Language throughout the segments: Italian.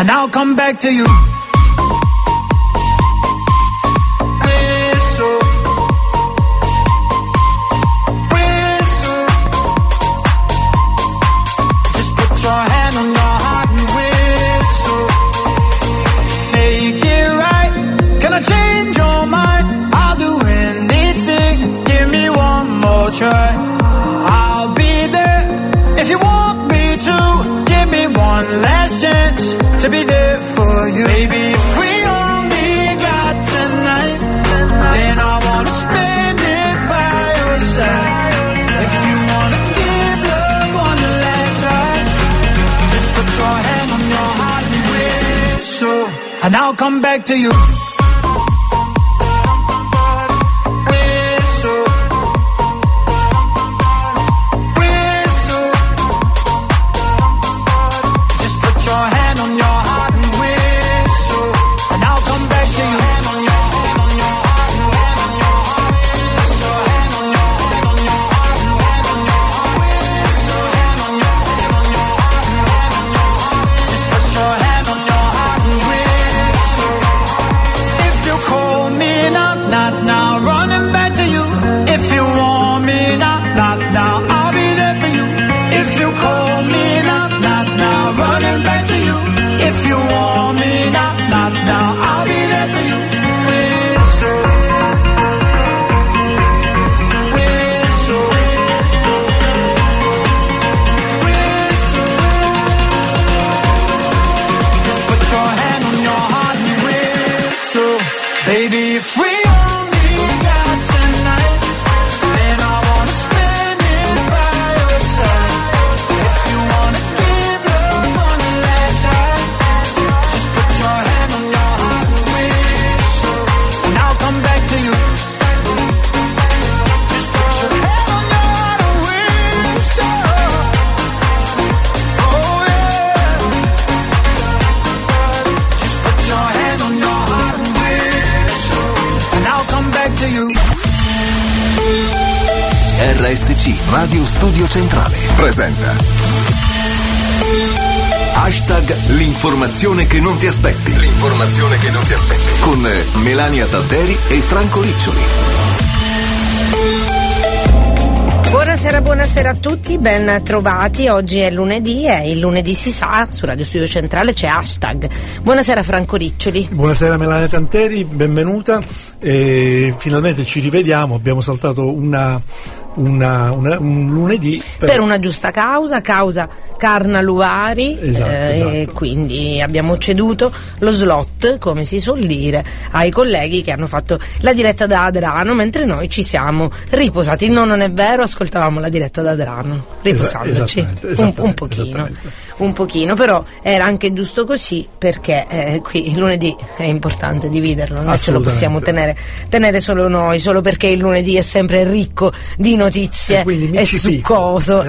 and I'll come back to you. I'll be there if you want me to. Give me one last chance to be there for you. Baby, if we only got tonight, then I wanna spend it by your side. If you wanna give love one last try, just put your hand on your heart and whistle, and I'll come back to you. RSC Radio Studio Centrale presenta Hashtag l'informazione che non ti aspetti. L'informazione che non ti aspetti. Con Melania Tanteri e Franco Riccioli. Buonasera a tutti, ben trovati. Oggi è lunedì e il lunedì si sa, su Radio Studio Centrale c'è Hashtag. Buonasera Franco Riccioli. Buonasera Melania Tanteri, benvenuta. Finalmente ci rivediamo, abbiamo saltato un lunedì per una giusta causa Carnaluari, esatto. E quindi abbiamo ceduto lo slot, come si suol dire, ai colleghi che hanno fatto la diretta da Adrano, mentre noi ci siamo riposati. No, non è vero, ascoltavamo la diretta da Adrano riposandoci un pochino, però era anche giusto così, perché qui il lunedì è importante dividerlo, non ce lo possiamo tenere solo noi, solo perché il lunedì è sempre ricco di notizie e succoso.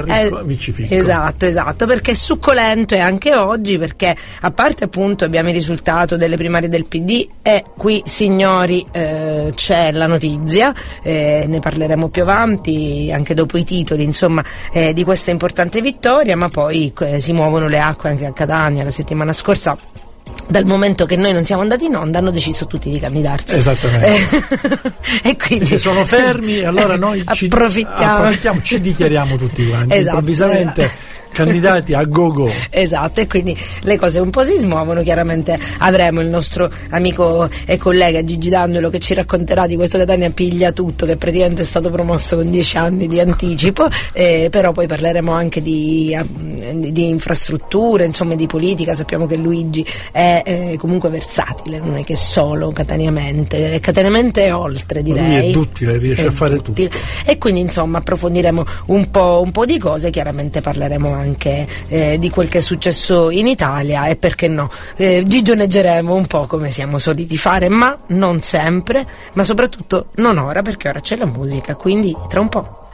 Esatto, perché è succolento, e anche oggi, perché a parte appunto abbiamo il risultato delle primarie del PD e qui, signori, c'è la notizia, ne parleremo più avanti, anche dopo i titoli, insomma, di questa importante vittoria, ma poi si muovono le acque anche a Catania. La settimana scorsa, dal momento che noi non siamo andati in onda, hanno deciso tutti di candidarsi. Esattamente. E quindi sono fermi, e allora noi approfittiamo, ci dichiariamo tutti quanti, improvvisamente candidati a go-go. Esatto, e quindi le cose un po' si smuovono. Chiaramente avremo il nostro amico e collega Gigi D'Angelo che ci racconterà di questo Catania piglia tutto, che praticamente è stato promosso con 10 anni di anticipo, però poi parleremo anche di infrastrutture, insomma, di politica. Sappiamo che Luigi è comunque versatile, non è che solo cataniamente e oltre, direi. Lui è duttile, riesce a fare tutto. E quindi insomma approfondiremo un po' di cose, chiaramente parleremo anche di quel che è successo in Italia, e perché no, gigioneggeremo un po' come siamo soliti fare, ma non sempre, ma soprattutto non ora, perché ora c'è la musica, quindi tra un po'.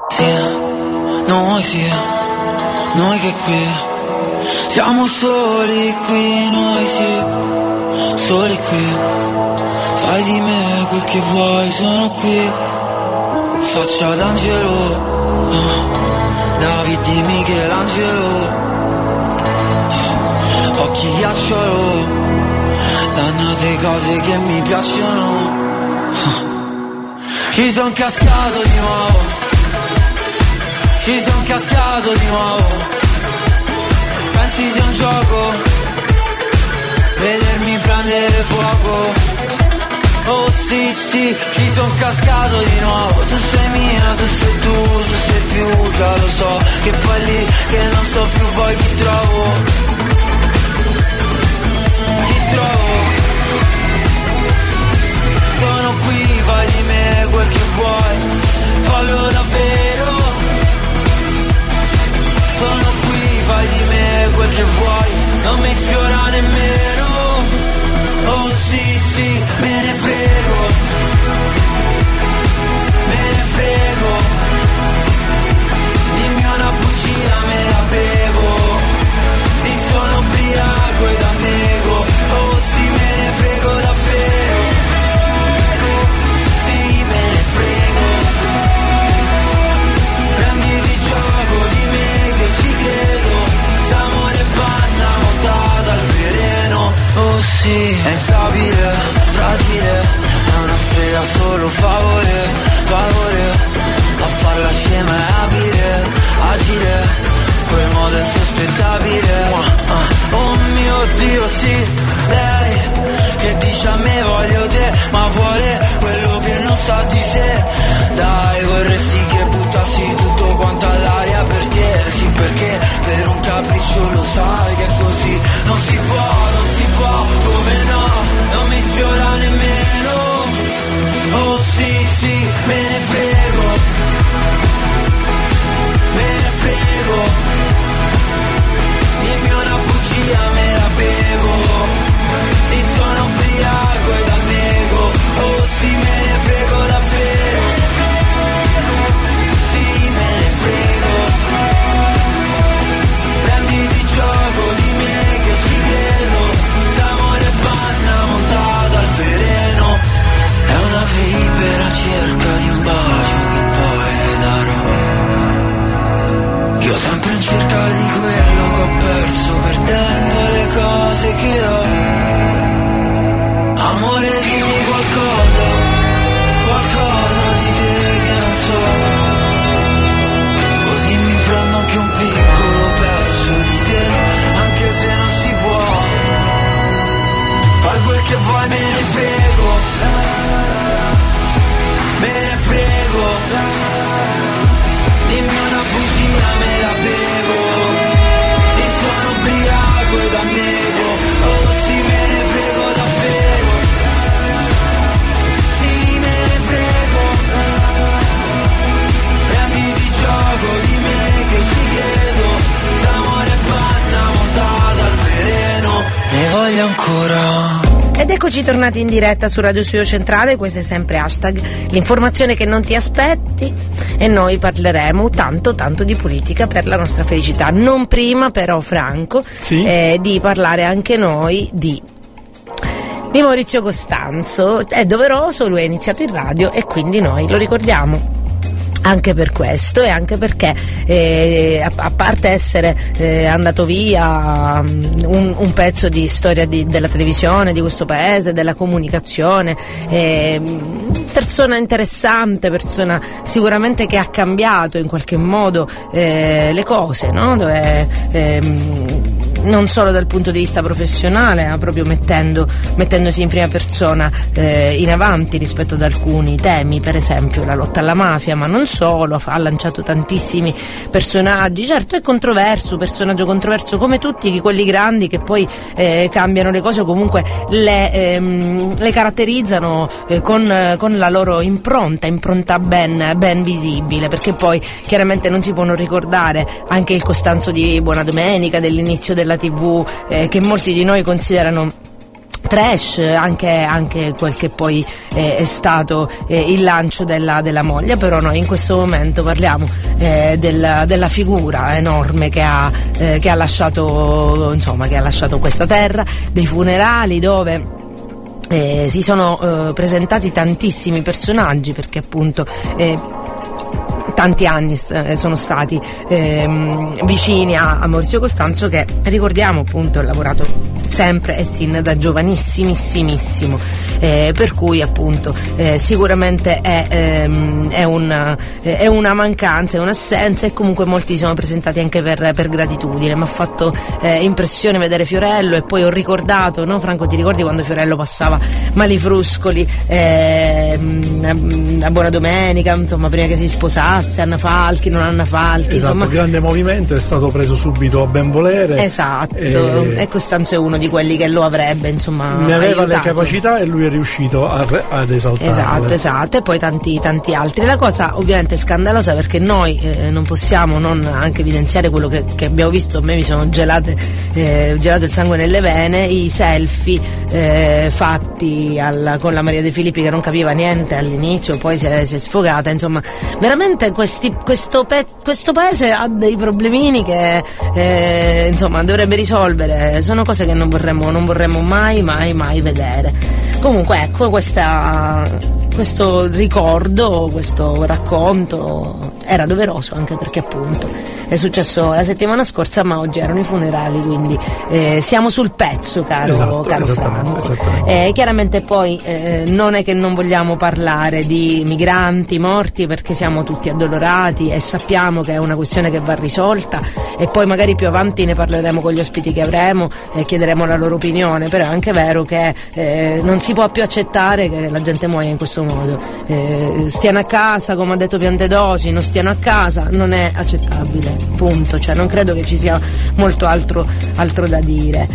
Noi che qui siamo soli qui, noi soli qui, fai di me quel che vuoi, sono qui, faccia d'angelo, David di Michelangelo, occhi ghiacciolo, dannate cose che mi piacciono. Ci son cascato di nuovo, ci son cascato di nuovo. Pensi sia un gioco, vedermi prendere fuoco. Oh sì sì, ci son cascato di nuovo. Tu sei mia, tu sei tu sei più, già lo so. Che poi lì, che non so più poi chi trovo. Chi trovo? Sono qui, fai di me quel che vuoi, fallo davvero. Sono qui, fai di me quel che vuoi, non mi sfiora nemmeno. Oh sì sì, me ne frego, me ne frego. Dimmi una bugia, me la bevo. Sì, sono ubriaco ed annego. Oh sì, me ne frego davvero. Sì, me ne frego. Prenditi gioco di me che ci credo. S'amore panna montata al veleno. Oh sì, è instabile, fragile, è una strega solo favore, favore. A farla scema è abile, agile, quel modo è insospettabile. Oh mio Dio sì, lei che dice a me voglio te, ma vuole quello che non sa di sé. Dai, vorresti che buttassi tutto quanto all'aria per te. Sì, perché per un capriccio lo sai che così non si può, come no, non mi sfiora nemmeno. Oh sì sì, me ne frego, me ne frego. Dimmi una bugia, me la bevo. Sì, sono ubriaco ed annego. Oh sì, me ne frego davvero. Sì, me ne frego. Prenditi gioco di me che ci credo. S'amore panna montata al veleno. È una vipera cerca di un bacio che poi le darò. Io sempre in cerca di quello che ho perso, perdendo le cose che ho. Amore, dimmi qualcosa, qualcosa di te che non so. Così mi prendo anche un piccolo pezzo di te, anche se non si può. Fai quel che vuoi, me ne frego, me ne frego. Dimmi una bugia, me la bevo. Sì, sono ubriaco ed annego. Oh sì, me ne frego davvero. Sì, me ne frego. Prenditi gioco di me che ci credo. S'amore panna montata al veleno. Ne voglio ancora. Ed eccoci tornati in diretta su Radio Studio Centrale, questo è sempre hashtag l'informazione che non ti aspetti e noi parleremo tanto di politica per la nostra felicità. Non prima però, Franco, sì? Di parlare anche noi di Maurizio Costanzo. È doveroso, lui ha iniziato in radio e quindi noi lo ricordiamo. Anche per questo e anche perché a parte essere andato via un pezzo di storia della televisione di questo paese, della comunicazione, persona interessante, persona sicuramente che ha cambiato in qualche modo le cose, no? Non solo dal punto di vista professionale, ma proprio mettendosi in prima persona in avanti rispetto ad alcuni temi, per esempio la lotta alla mafia, ma non solo, ha lanciato tantissimi personaggi. Certo, è controverso, personaggio controverso come tutti quelli grandi che poi cambiano le cose o comunque le caratterizzano con la loro impronta ben visibile, perché poi chiaramente non si può non ricordare anche il Costanzo di Buona Domenica, dell'inizio della TV, che molti di noi considerano trash, anche quel che poi è stato il lancio della moglie, però noi in questo momento parliamo della figura enorme che ha lasciato questa terra, dei funerali dove si sono presentati tantissimi personaggi, perché appunto tanti anni sono stati vicini a Maurizio Costanzo, che ricordiamo appunto ha lavorato sempre e sin da giovanissimissimo, per cui appunto sicuramente è una mancanza, è un'assenza, e comunque molti sono presentati anche per gratitudine. Mi ha fatto impressione vedere Fiorello, e poi ho ricordato, no Franco, ti ricordi quando Fiorello passava Malifruscoli a Buona Domenica, insomma, prima che si sposasse, Anna Falchi, non Anna Falchi, esatto, insomma, grande movimento, è stato preso subito a ben volere, esatto, e Costanzo è uno di quelli che lo avrebbe, insomma, ne aveva aiutato. Le capacità, e lui è riuscito ad esaltarle. Esatto, e poi tanti altri. La cosa ovviamente è scandalosa, perché noi non possiamo non anche evidenziare quello che abbiamo visto. A me mi sono gelato il sangue nelle vene, i selfie fatti con la Maria De Filippi, che non capiva niente all'inizio, poi si è sfogata, insomma, veramente questo paese ha dei problemini che insomma dovrebbe risolvere. Sono cose che non vorremmo mai vedere. Comunque ecco, questo ricordo, questo racconto era doveroso, anche perché appunto è successo la settimana scorsa, ma oggi erano i funerali, quindi siamo sul pezzo, caro Franco. Chiaramente poi non è che non vogliamo parlare di migranti morti, perché siamo tutti addolorati e sappiamo che è una questione che va risolta, e poi magari più avanti ne parleremo con gli ospiti che avremo e chiederemo la loro opinione. Però è anche vero che non si può più accettare che la gente muoia in questo modo, stiano a casa, come ha detto Piantedosi, non stiano a casa, non è accettabile, punto. Cioè non credo che ci sia molto altro da dire.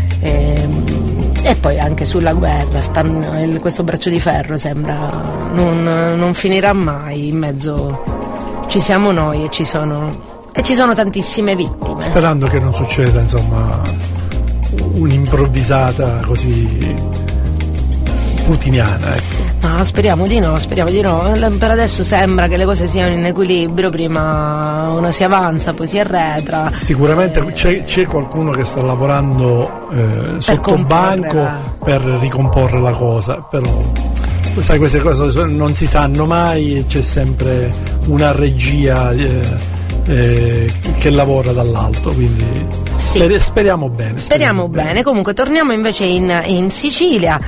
E poi anche sulla guerra questo braccio di ferro sembra non finirà mai. In mezzo ci siamo noi e ci sono tantissime vittime, sperando che non succeda, insomma, un'improvvisata così putiniana, ecco. No, speriamo di no. Per adesso sembra che le cose siano in equilibrio, prima uno si avanza, poi si arretra. Sicuramente c'è qualcuno che sta lavorando sotto banco per ricomporre la cosa, però sai, queste cose non si sanno mai, c'è sempre una regia che lavora dall'alto, quindi sì. Speriamo bene. Comunque torniamo invece in Sicilia,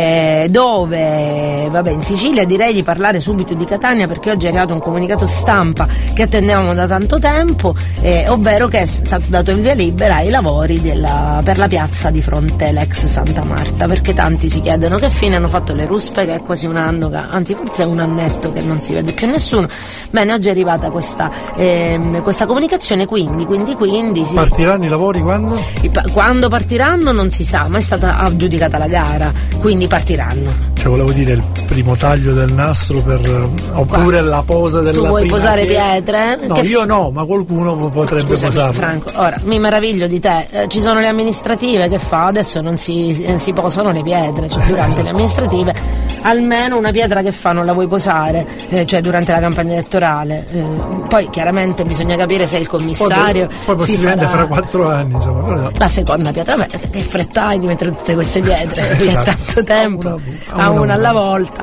dove in Sicilia direi di parlare subito di Catania, perché oggi è arrivato un comunicato stampa che attendevamo da tanto tempo, ovvero che è stato dato il via libera ai lavori per la piazza di fronte all'ex Santa Marta, perché tanti si chiedono che fine hanno fatto le ruspe, che è quasi un anno, anzi forse è un annetto che non si vede più nessuno. Bene, oggi è arrivata questa comunicazione, quindi sì. Partiranno i lavori quando? Quando partiranno non si sa, ma è stata aggiudicata la gara, quindi partiranno. Cioè, volevo dire, il primo taglio del nastro oppure la posa della prima. Tu vuoi posare pietre? No, io no, ma qualcuno potrebbe posarlo. Franco, ora mi meraviglio di te, ci sono le amministrative, che fa? Adesso non si posano le pietre, cioè durante le amministrative almeno una pietra che fa non la vuoi posare, cioè durante la campagna elettorale. Poi chiaramente bisogna capire se il commissario poi possibilmente fra 4 anni, insomma, però... La seconda pietra, che fretta hai di mettere tutte queste pietre, c'è tanto tempo, a una alla volta.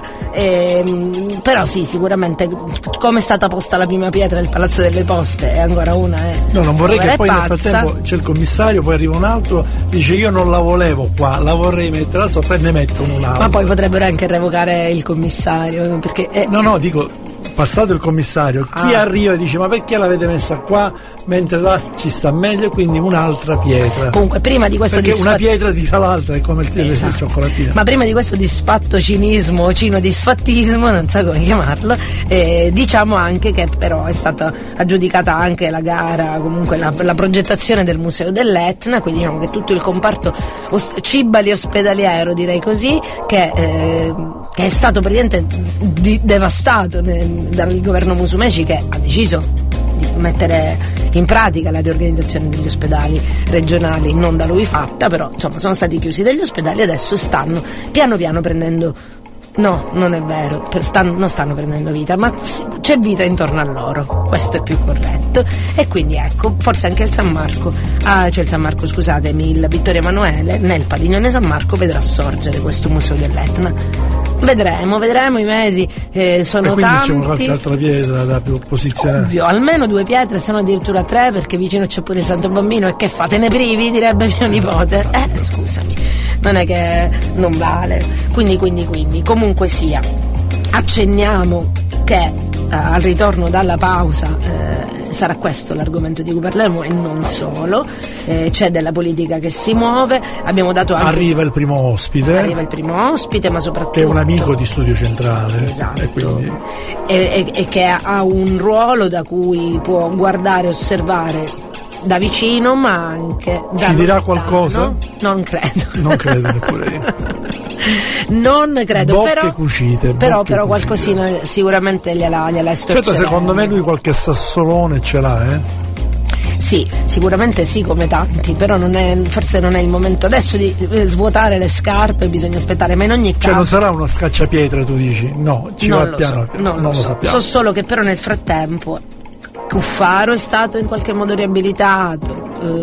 Però sì, sicuramente come è stata posta la prima pietra del Palazzo delle Poste, e ancora una no, non vorrei che poi nel frattempo c'è il commissario, poi arriva un altro, dice io non la volevo qua, la vorrei mettere là sopra, e ne mettono un'altra. Ma poi potrebbero anche revocare il commissario, perché no, dico, passato il commissario, chi arriva e dice ma perché l'avete messa qua mentre là ci sta meglio, quindi un'altra pietra. Comunque prima di questo una pietra tira l'altra, è come il cioccolatino. Ma prima di questo disfatto cinismo o cinodisfattismo, non so come chiamarlo, diciamo anche che però è stata aggiudicata anche la gara, comunque la progettazione del museo dell'Etna, quindi diciamo che tutto il comparto cibali ospedaliero, direi così, che è stato praticamente devastato dal governo Musumeci, che ha deciso di mettere in pratica la riorganizzazione degli ospedali regionali, non da lui fatta, però insomma sono stati chiusi degli ospedali, adesso stanno piano piano prendendo, no, non è vero, non stanno prendendo vita, ma c'è vita intorno a loro, questo è più corretto. E quindi ecco, forse anche il Vittorio Emanuele, nel padiglione San Marco vedrà sorgere questo museo dell'Etna. Vedremo, i mesi sono quindi tanti. c'è qualche altra pietra da posizionare? Ovvio, almeno 2 pietre, se no addirittura 3, perché vicino c'è pure il Santo Bambino. E che fate, ne privi? Direbbe mio nipote. Scusami, non è che non vale. Quindi comunque sia, accenniamo che al ritorno dalla pausa sarà questo l'argomento di cui parleremo, e non solo. C'è della politica che si muove, abbiamo dato anche... Arriva il primo ospite, ma soprattutto che è un amico di Studio Centrale. Esatto. E quindi e che ha un ruolo da cui può guardare, osservare da vicino, ma anche da ci dirà lontano. Qualcosa? Non credo neppure io. Non credo, bocche cucite, però qualcosina sicuramente gliela estorceremo. Certo, secondo me lui qualche sassolone ce l'ha, Sì, sicuramente sì, come tanti, però forse non è il momento adesso di svuotare le scarpe, bisogna aspettare, ma in ogni caso... Cioè non sarà una scacciapietra, tu dici? No, ci va piano. Non lo sappiamo. So solo che però nel frattempo Cuffaro è stato in qualche modo riabilitato,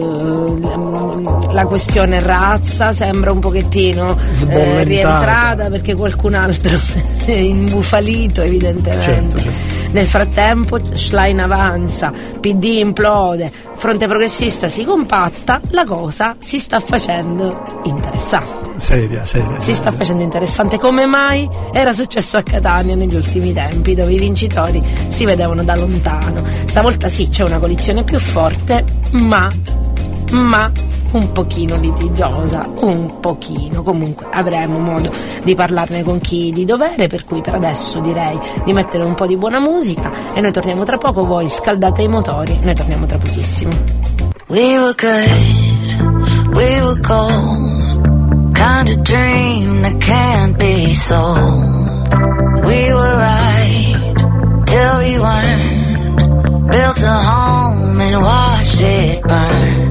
la questione razza sembra un pochettino rientrata, perché qualcun altro è imbufalito evidentemente. Certo. Nel frattempo Schlein avanza, PD implode, Fronte Progressista si compatta, la cosa si sta facendo interessante. Seria. Si sta facendo interessante, come mai era successo a Catania negli ultimi tempi, dove i vincitori si vedevano da lontano. Stavolta sì, c'è una coalizione più forte, ma un pochino litigiosa, un pochino. Comunque avremo modo di parlarne con chi di dovere, per cui per adesso direi di mettere un po' di buona musica e noi torniamo tra poco. Voi scaldate i motori, noi torniamo tra pochissimo. We were good, we were gold, kind of dream that can't be sold. We were right till we weren't, built a home and watched it burn.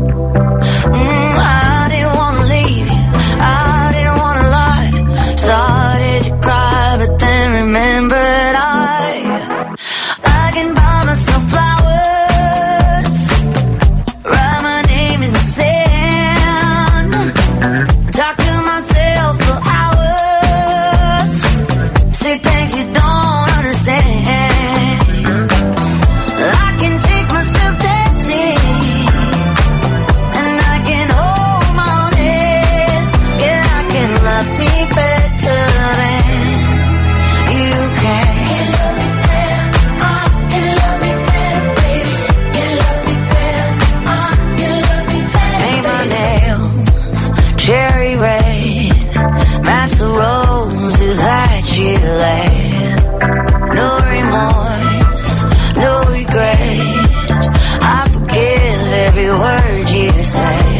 I didn't wanna leave you, I didn't wanna lie. Started to cry, but then remembered I can buy myself flowers, write my name in the sand, talk to myself for hours, say things you don't understand. I can take myself dancing, me better than you can. Can love me better, can love me better, baby. Can love me better, can love me better. Paint my nails cherry red, match the roses that you laid. No remorse, no regret, I forgive every word you say.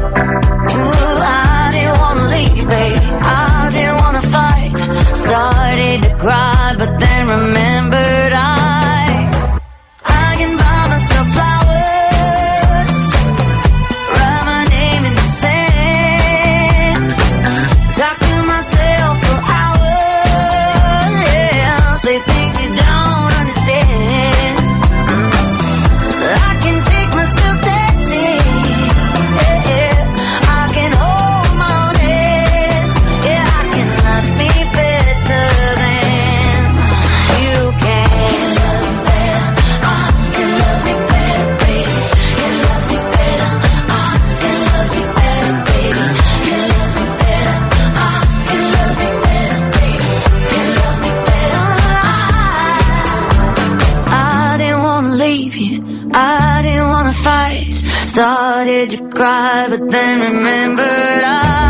I didn't wanna leave you, baby, I didn't wanna fight. Started to cry, but then remembered I can buy myself flowers, write my name in the sand, talk to myself for hours, yeah, say things you don't understand. I can take myself dancing, yeah, I can hold my own head, yeah, I can love me better than you can. Can love me better, can love me better, baby. Can love me better, can love me better, baby. Can love me better, can love me better, baby. Can love me better. I didn't wanna leave you, I didn't wanna fight. Started to cry, but then remembered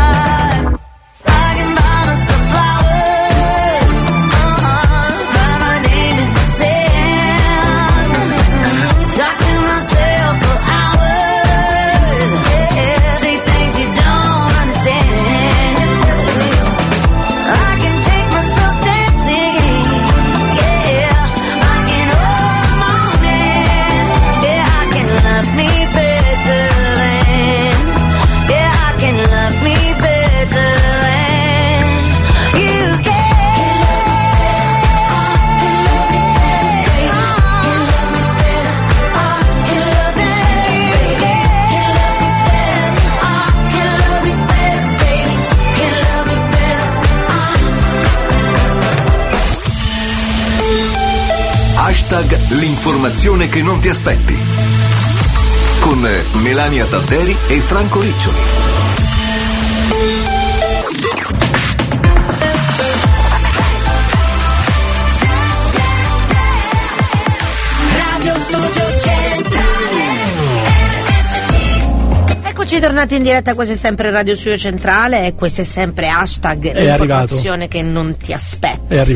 I can buy myself flowers, write my name in the sand, talk to myself for hours, yeah, say things you don't understand. I can take myself dancing, yeah, I can hold my own hand, yeah, I can love me better than, yeah, I can love me better. Hashtag l'informazione che non ti aspetti. Con Melania Tadderi e Franco Riccioli. Radio Studio Centrale. Eccoci tornati in diretta, questo è sempre Radio Studio Centrale e questo è sempre hashtag l'informazione che non ti aspetti. È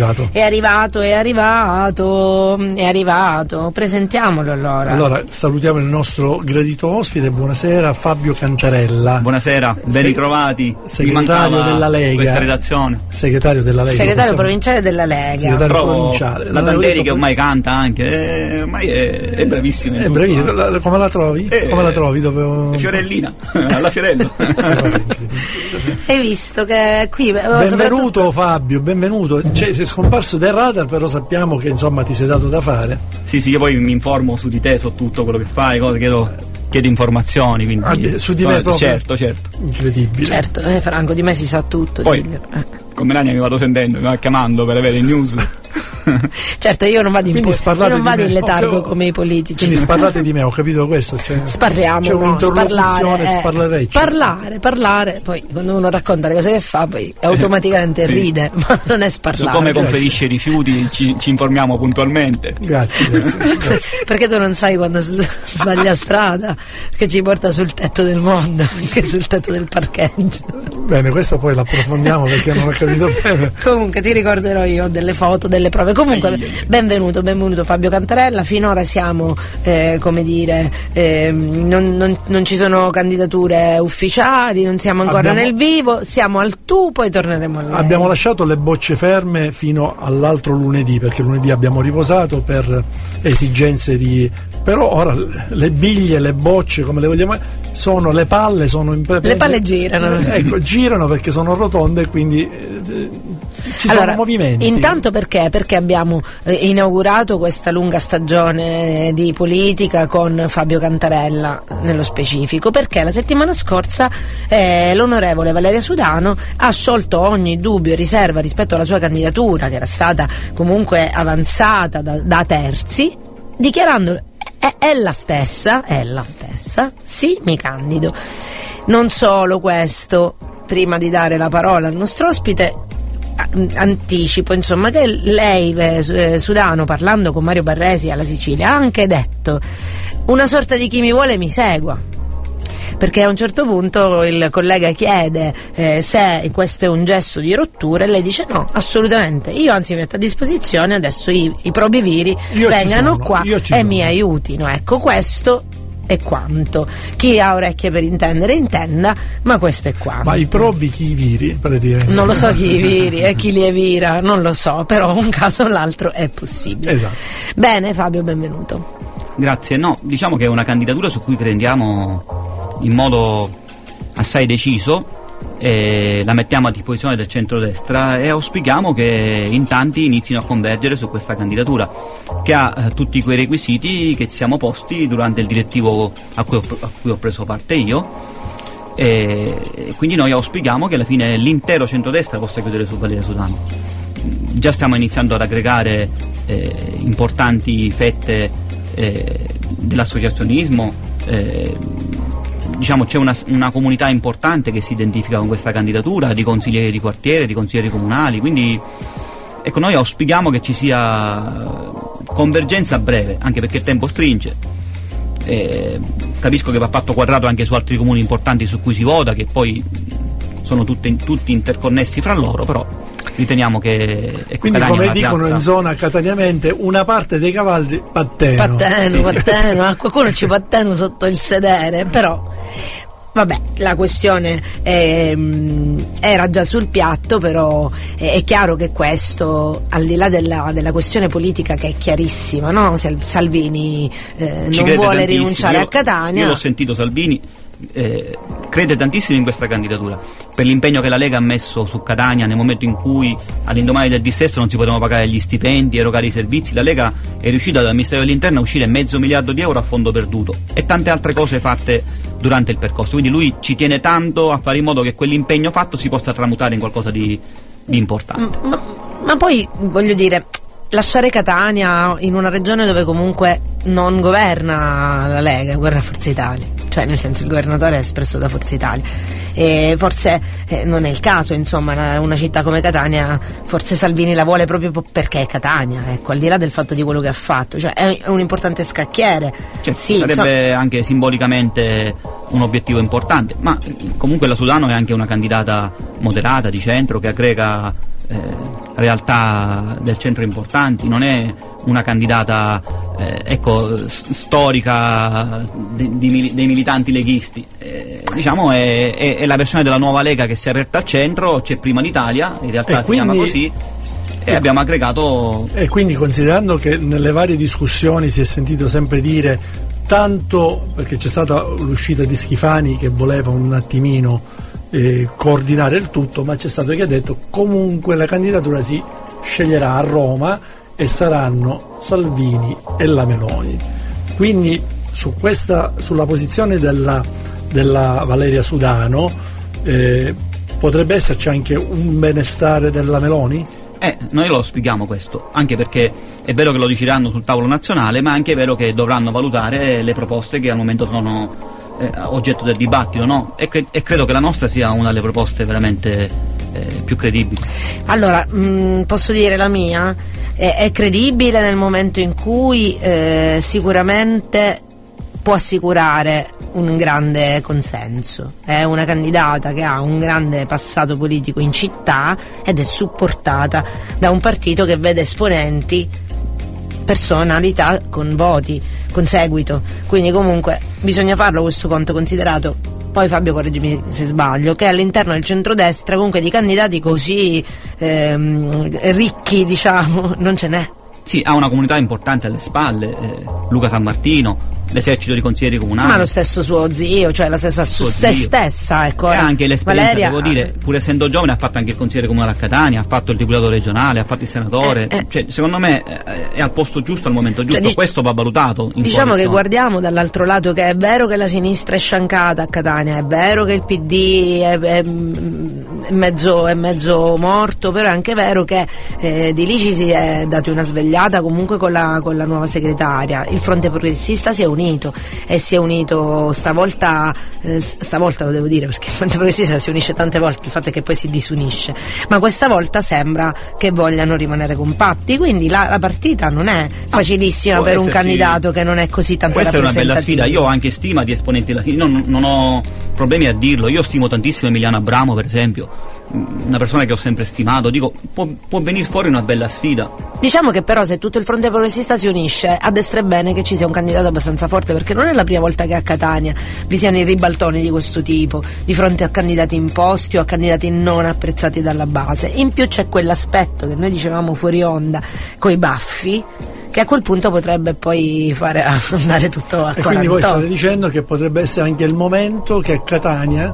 arrivato. Presentiamolo allora. Allora, salutiamo il nostro gradito ospite, buonasera, Fabio Cantarella. Buonasera, ben ritrovati. Segretario della Lega. Questa redazione. Segretario della Lega. Segretario provinciale della Lega. Segretario provinciale. La Tadderi che ormai canta anche, ormai è bravissima. È bravissima. Come la trovi? Come la trovi? Fiorellina, alla Fiorello. Hai visto che qui benvenuto Fabio, benvenuto. Sei scomparso dai radar, però sappiamo che insomma ti sei dato da fare. Sì, io poi mi informo su di te, su tutto quello che fai, chiedo informazioni, quindi su di me proprio. Certo. Incredibile. Certo, Franco, di me si sa tutto. Poi con Melania mi vado sentendo, mi va chiamando per avere news. Certo, io non vado in letargo come i politici. Quindi sparlate di me, ho capito questo. Sparliamo, c'è un'interlocuzione, parlare. Poi quando uno racconta le cose che fa, poi automaticamente ride, ma non è sparlare. Su come conferisce i rifiuti ci informiamo puntualmente. Grazie. Perché tu non sai quando sbaglia strada, che ci porta sul tetto del mondo, anche sul tetto del parcheggio. Bene, questo poi l'approfondiamo perché non ho capito bene. Comunque ti ricorderò io delle foto, delle prove. Comunque benvenuto Fabio Cantarella. Finora siamo non ci sono candidature ufficiali, non siamo ancora nel vivo, siamo al tu, poi torneremo a lei. Abbiamo lasciato le bocce ferme fino all'altro lunedì, perché lunedì abbiamo riposato per esigenze però ora le biglie, le bocce, come le vogliamo, sono le palle, le palle girano. Girano perché sono rotonde e quindi ci sono movimenti. Intanto perché abbiamo inaugurato questa lunga stagione di politica con Fabio Cantarella nello specifico, perché la settimana scorsa l'onorevole Valeria Sudano ha sciolto ogni dubbio e riserva rispetto alla sua candidatura, che era stata comunque avanzata da terzi, dichiarando è la stessa, sì, mi candido. Non solo questo, prima di dare la parola al nostro ospite anticipo insomma che lei, Sudano, parlando con Mario Barresi alla Sicilia, ha anche detto una sorta di chi mi vuole mi segua, perché a un certo punto il collega chiede se questo è un gesto di rottura e lei dice no, assolutamente, io anzi mi metto a disposizione, adesso i probi viri vengano qua e mi aiutino. Ecco, questo è quanto. Chi ha orecchie per intendere intenda, ma questo è quanto. Ma i probi chi viri? Praticamente. Non lo so chi i viri e chi li evira, non lo so, però un caso o l'altro è possibile. Esatto. Bene Fabio, benvenuto. Grazie. No, diciamo che è una candidatura su cui crediamo in modo assai deciso, la mettiamo a disposizione del centrodestra e auspichiamo che in tanti inizino a convergere su questa candidatura, che ha tutti quei requisiti che ci siamo posti durante il direttivo a cui ho preso parte io, e quindi noi auspichiamo che alla fine l'intero centrodestra possa chiudere su Valeria Sudano. Già stiamo iniziando ad aggregare importanti fette dell'associazionismo, diciamo c'è una comunità importante che si identifica con questa candidatura, di consiglieri di quartiere, di consiglieri comunali, quindi ecco, noi auspichiamo che ci sia convergenza a breve, anche perché il tempo stringe. Capisco che va fatto quadrato anche su altri comuni importanti su cui si vota, che poi sono tutti interconnessi fra loro, però riteniamo che quindi, come dicono in zona cataniamente, una parte dei cavalli patteno, qualcuno ci patteno sotto il sedere, però vabbè, la questione era già sul piatto, però è chiaro che questo, al di là della questione politica che è chiarissima, no? Salvini non vuole rinunciare a Catania. Io l'ho sentito Salvini, crede tantissimo in questa candidatura, per l'impegno che la Lega ha messo su Catania nel momento in cui all'indomani del dissesto non si potevano pagare gli stipendi, erogare i servizi. La Lega è riuscita dal Ministero dell'Interno a uscire $500 miliardi a fondo perduto e tante altre cose fatte durante il percorso, quindi lui ci tiene tanto a fare in modo che quell'impegno fatto si possa tramutare in qualcosa di importante. Ma poi voglio dire, lasciare Catania in una regione dove comunque non governa la Lega, governa Forza Italia, cioè nel senso il governatore è espresso da Forza Italia, e forse non è il caso, insomma, una città come Catania forse Salvini la vuole proprio perché è Catania, ecco, al di là del fatto di quello che ha fatto, cioè è un importante scacchiere. Cioè, sì, sarebbe anche simbolicamente un obiettivo importante, ma comunque la Sudano è anche una candidata moderata, di centro, che aggrega realtà del centro importanti, non è una candidata storica dei militanti leghisti, diciamo è la versione della nuova Lega che si è retta al centro, c'è prima l'Italia, in realtà si chiama così, e abbiamo aggregato. E quindi, considerando che nelle varie discussioni si è sentito sempre dire, tanto perché c'è stata l'uscita di Schifani che voleva un attimino coordinare il tutto, ma c'è stato chi ha detto comunque la candidatura si sceglierà a Roma e saranno Salvini e la Meloni. Quindi sulla posizione della Valeria Sudano potrebbe esserci anche un benestare della Meloni? Noi lo spieghiamo questo, anche perché è vero che lo decideranno sul tavolo nazionale, ma è anche vero che dovranno valutare le proposte che al momento sono oggetto del dibattito, no? E credo che la nostra sia una delle proposte veramente più credibili. Allora, posso dire la mia? È credibile nel momento in cui sicuramente può assicurare un grande consenso, è una candidata che ha un grande passato politico in città ed è supportata da un partito che vede esponenti, personalità con voti, con seguito, quindi comunque bisogna farlo questo conto, considerato, poi Fabio correggimi se sbaglio, che all'interno del centrodestra comunque di candidati così ricchi, diciamo, non ce n'è. Sì, ha una comunità importante alle spalle, Luca San Martino, l'esercito di consiglieri comunali. Ma lo stesso suo zio, cioè la stessa se stessa, ecco. E anche l'esperienza, Valeria, devo dire, pur essendo giovane ha fatto anche il consigliere comunale a Catania, ha fatto il deputato regionale, ha fatto il senatore, cioè secondo me è al posto giusto al momento giusto, cioè, questo va valutato. Diciamo che guardiamo dall'altro lato che è vero che la sinistra è sciancata a Catania, è vero che il PD è mezzo morto, però è anche vero che di lì ci si è dati una svegliata comunque con la nuova segretaria, il fronte progressista si è unito e si è unito stavolta lo devo dire perché il fronte progressista si unisce tante volte, il fatto è che poi si disunisce, ma questa volta sembra che vogliano rimanere compatti, quindi la partita non è facilissima per un candidato che non è così tanto rappresentativo. Questa è una bella sfida, io ho anche stima di esponenti latini, non ho problemi a dirlo, io stimo tantissimo Emiliano Abramo per esempio, una persona che ho sempre stimato, dico può venire fuori una bella sfida. Diciamo che però se tutto il fronte progressista si unisce, a destra è bene che ci sia un candidato abbastanza forte, perché non è la prima volta che a Catania vi siano i ribaltoni di questo tipo di fronte a candidati imposti o a candidati non apprezzati dalla base. In più c'è quell'aspetto che noi dicevamo fuori onda coi baffi, che a quel punto potrebbe poi fare andare tutto a 48. E quindi voi state dicendo che potrebbe essere anche il momento che a Catania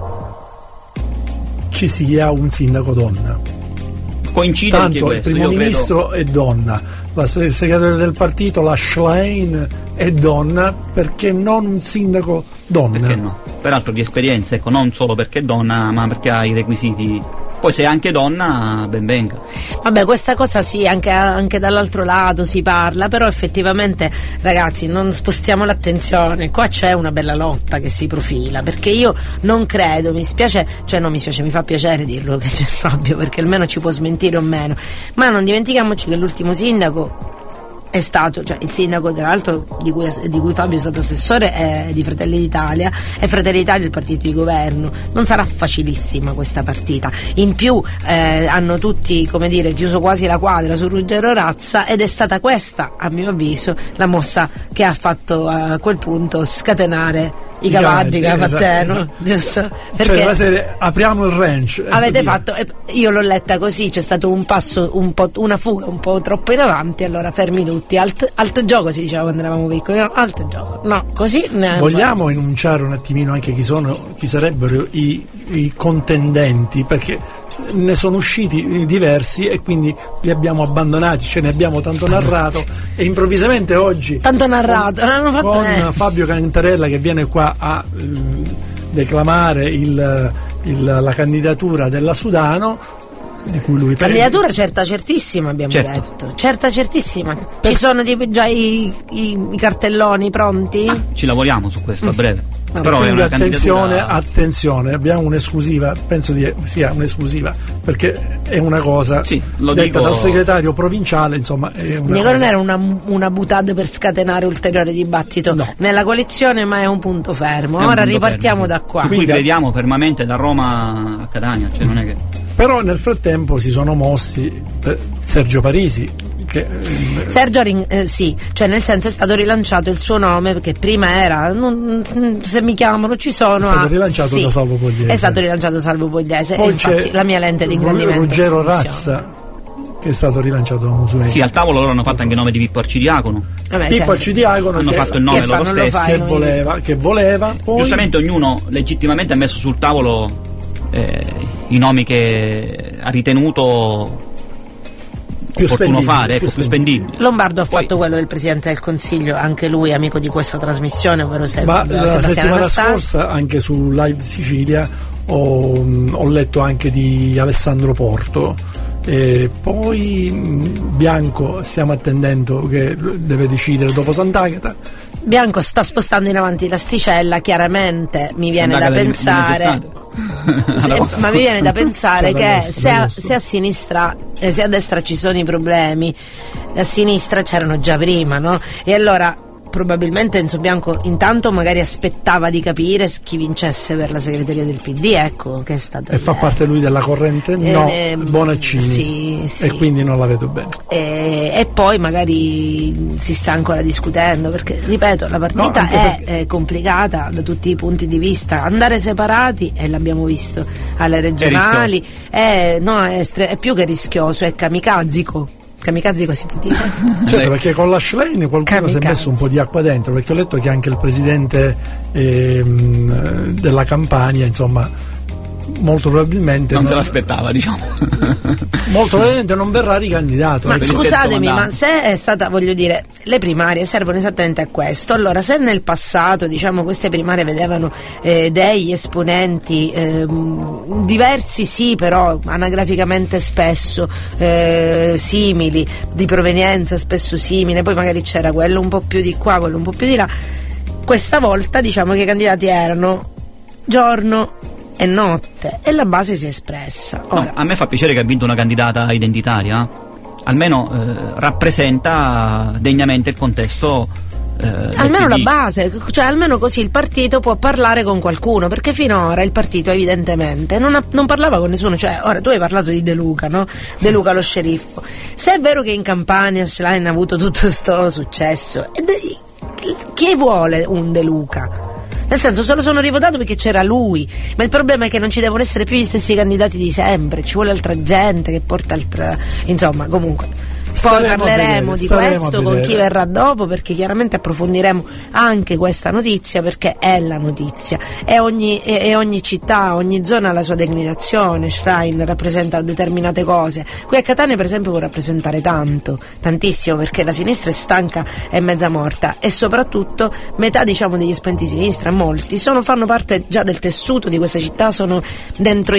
ci sia un sindaco donna. Coincide tanto anche questo, il primo ministro è donna, la segretaria del partito, la Schlein, è donna, perché non un sindaco donna? Perché no? Peraltro di esperienza, ecco, non solo perché è donna, ma perché ha i requisiti. Poi se è anche donna, ben venga. Vabbè, questa cosa sì, anche dall'altro lato si parla, però effettivamente, ragazzi, non spostiamo l'attenzione, qua c'è una bella lotta che si profila, perché io non credo, mi spiace, mi fa piacere dirlo che c'è Fabio, perché almeno ci può smentire o meno, ma non dimentichiamoci che l'ultimo sindaco è stato, cioè il sindaco tra l'altro di cui Fabio è stato assessore è di Fratelli d'Italia, e Fratelli d'Italia è il partito di governo, non sarà facilissima questa partita, in più hanno tutti, come dire, chiuso quasi la quadra su Ruggero Razza, ed è stata questa, a mio avviso, la mossa che ha fatto a quel punto scatenare i cavalli che ha fatto, no? Giusto? Perché cioè la serie apriamo il ranch, avete fatto, io l'ho letta così, c'è stato un passo una fuga un po' troppo in avanti, allora fermi tutti, alt gioco si diceva quando eravamo piccoli, no, alt gioco, no, così vogliamo enunciare un attimino anche chi sarebbero i contendenti, perché ne sono usciti diversi e quindi li abbiamo abbandonati, ce ne abbiamo tanto narrato e improvvisamente oggi tanto narrato con Fabio Cantarella che viene qua a declamare la candidatura della Sudano, di cui lui candidatura certissima, abbiamo Certo. detto, certissima. Ci sono già i cartelloni pronti? Ci lavoriamo su questo a breve. Però è Quindi una candidatura... attenzione, abbiamo un'esclusiva, penso di sia un'esclusiva, perché è una cosa lo detta dico... dal segretario provinciale, insomma, è una Nico non cosa... era una boutade per scatenare ulteriore dibattito nella coalizione, ma è un punto fermo. Ora ripartiamo da qua. Su cui crediamo fermamente da Roma a Catania, cioè non è che... Però nel frattempo si sono mossi Sergio Parisi. Sergio sì, cioè nel senso è stato rilanciato il suo nome, perché prima era se mi chiamano ci sono. È stato rilanciato da Salvo Pogliese. È stato rilanciato da Salvo Pogliese. Poi e infatti c'è la mia lente di ingrandimento Ruggero Razza, che è stato rilanciato da Musumeci. Sì, al tavolo loro hanno fatto anche il nome di Pippo Arcidiacono. Pippo Arcidiacono hanno fatto il nome loro stessi. Che voleva poi... Giustamente ognuno legittimamente ha messo sul tavolo i nomi che ha ritenuto più opportuno fare, più spendibili. Lombardo ha fatto quello del Presidente del Consiglio, anche lui amico di questa trasmissione, ovvero Ma la settimana scorsa anche su Live Sicilia ho letto anche di Alessandro Porto, e poi Bianco stiamo attendendo che deve decidere dopo Sant'Agata. Bianco sta spostando in avanti l'asticella, chiaramente mi viene da pensare ma mi viene da pensare che se a sinistra se a destra ci sono i problemi, a sinistra c'erano già prima, no? E allora probabilmente Enzo Bianco intanto magari aspettava di capire chi vincesse per la segreteria del PD, ecco, che è stato fa parte lui della corrente Bonaccini, sì. E quindi non la vedo bene, e poi magari si sta ancora discutendo, perché ripeto la partita è complicata da tutti i punti di vista, andare separati, e l'abbiamo visto alle regionali, è più che rischioso, è kamikazico si può dire. Certo, perché con la Schlein qualcuno si è messo un po' di acqua dentro, perché ho letto che anche il presidente della Campania, insomma, molto probabilmente non se l'aspettava, diciamo. Molto probabilmente non verrà ricandidato. Ma scusatemi, ma se è stata, voglio dire, le primarie servono esattamente a questo. Allora, se nel passato, diciamo, queste primarie vedevano degli esponenti diversi, sì, però anagraficamente spesso simili, di provenienza spesso simile, poi magari c'era quello un po' più di qua, quello un po' più di là, questa volta diciamo che i candidati erano giorno e notte, e la base si è espressa. Ora, a me fa piacere che ha vinto una candidata identitaria, almeno rappresenta degnamente il contesto almeno la base, cioè almeno così il partito può parlare con qualcuno, perché finora il partito evidentemente non parlava con nessuno. Cioè, ora tu hai parlato di De Luca, no? Sì. De Luca lo sceriffo. Se è vero che in Campania Schlein ha avuto tutto sto successo, chi vuole un De Luca? Nel senso, se lo sono rivotato perché c'era lui, ma il problema è che non ci devono essere più gli stessi candidati di sempre, ci vuole altra gente che porta altra, insomma, comunque. Poi parleremo di questo con chi verrà dopo, perché chiaramente approfondiremo anche questa notizia, perché è la notizia, e ogni città, ogni zona ha la sua declinazione. Schlein rappresenta determinate cose, qui a Catania per esempio può rappresentare tantissimo, perché la sinistra è stanca e mezza morta, e soprattutto metà, diciamo, degli esponenti di sinistra, molti fanno parte già del tessuto di questa città, sono dentro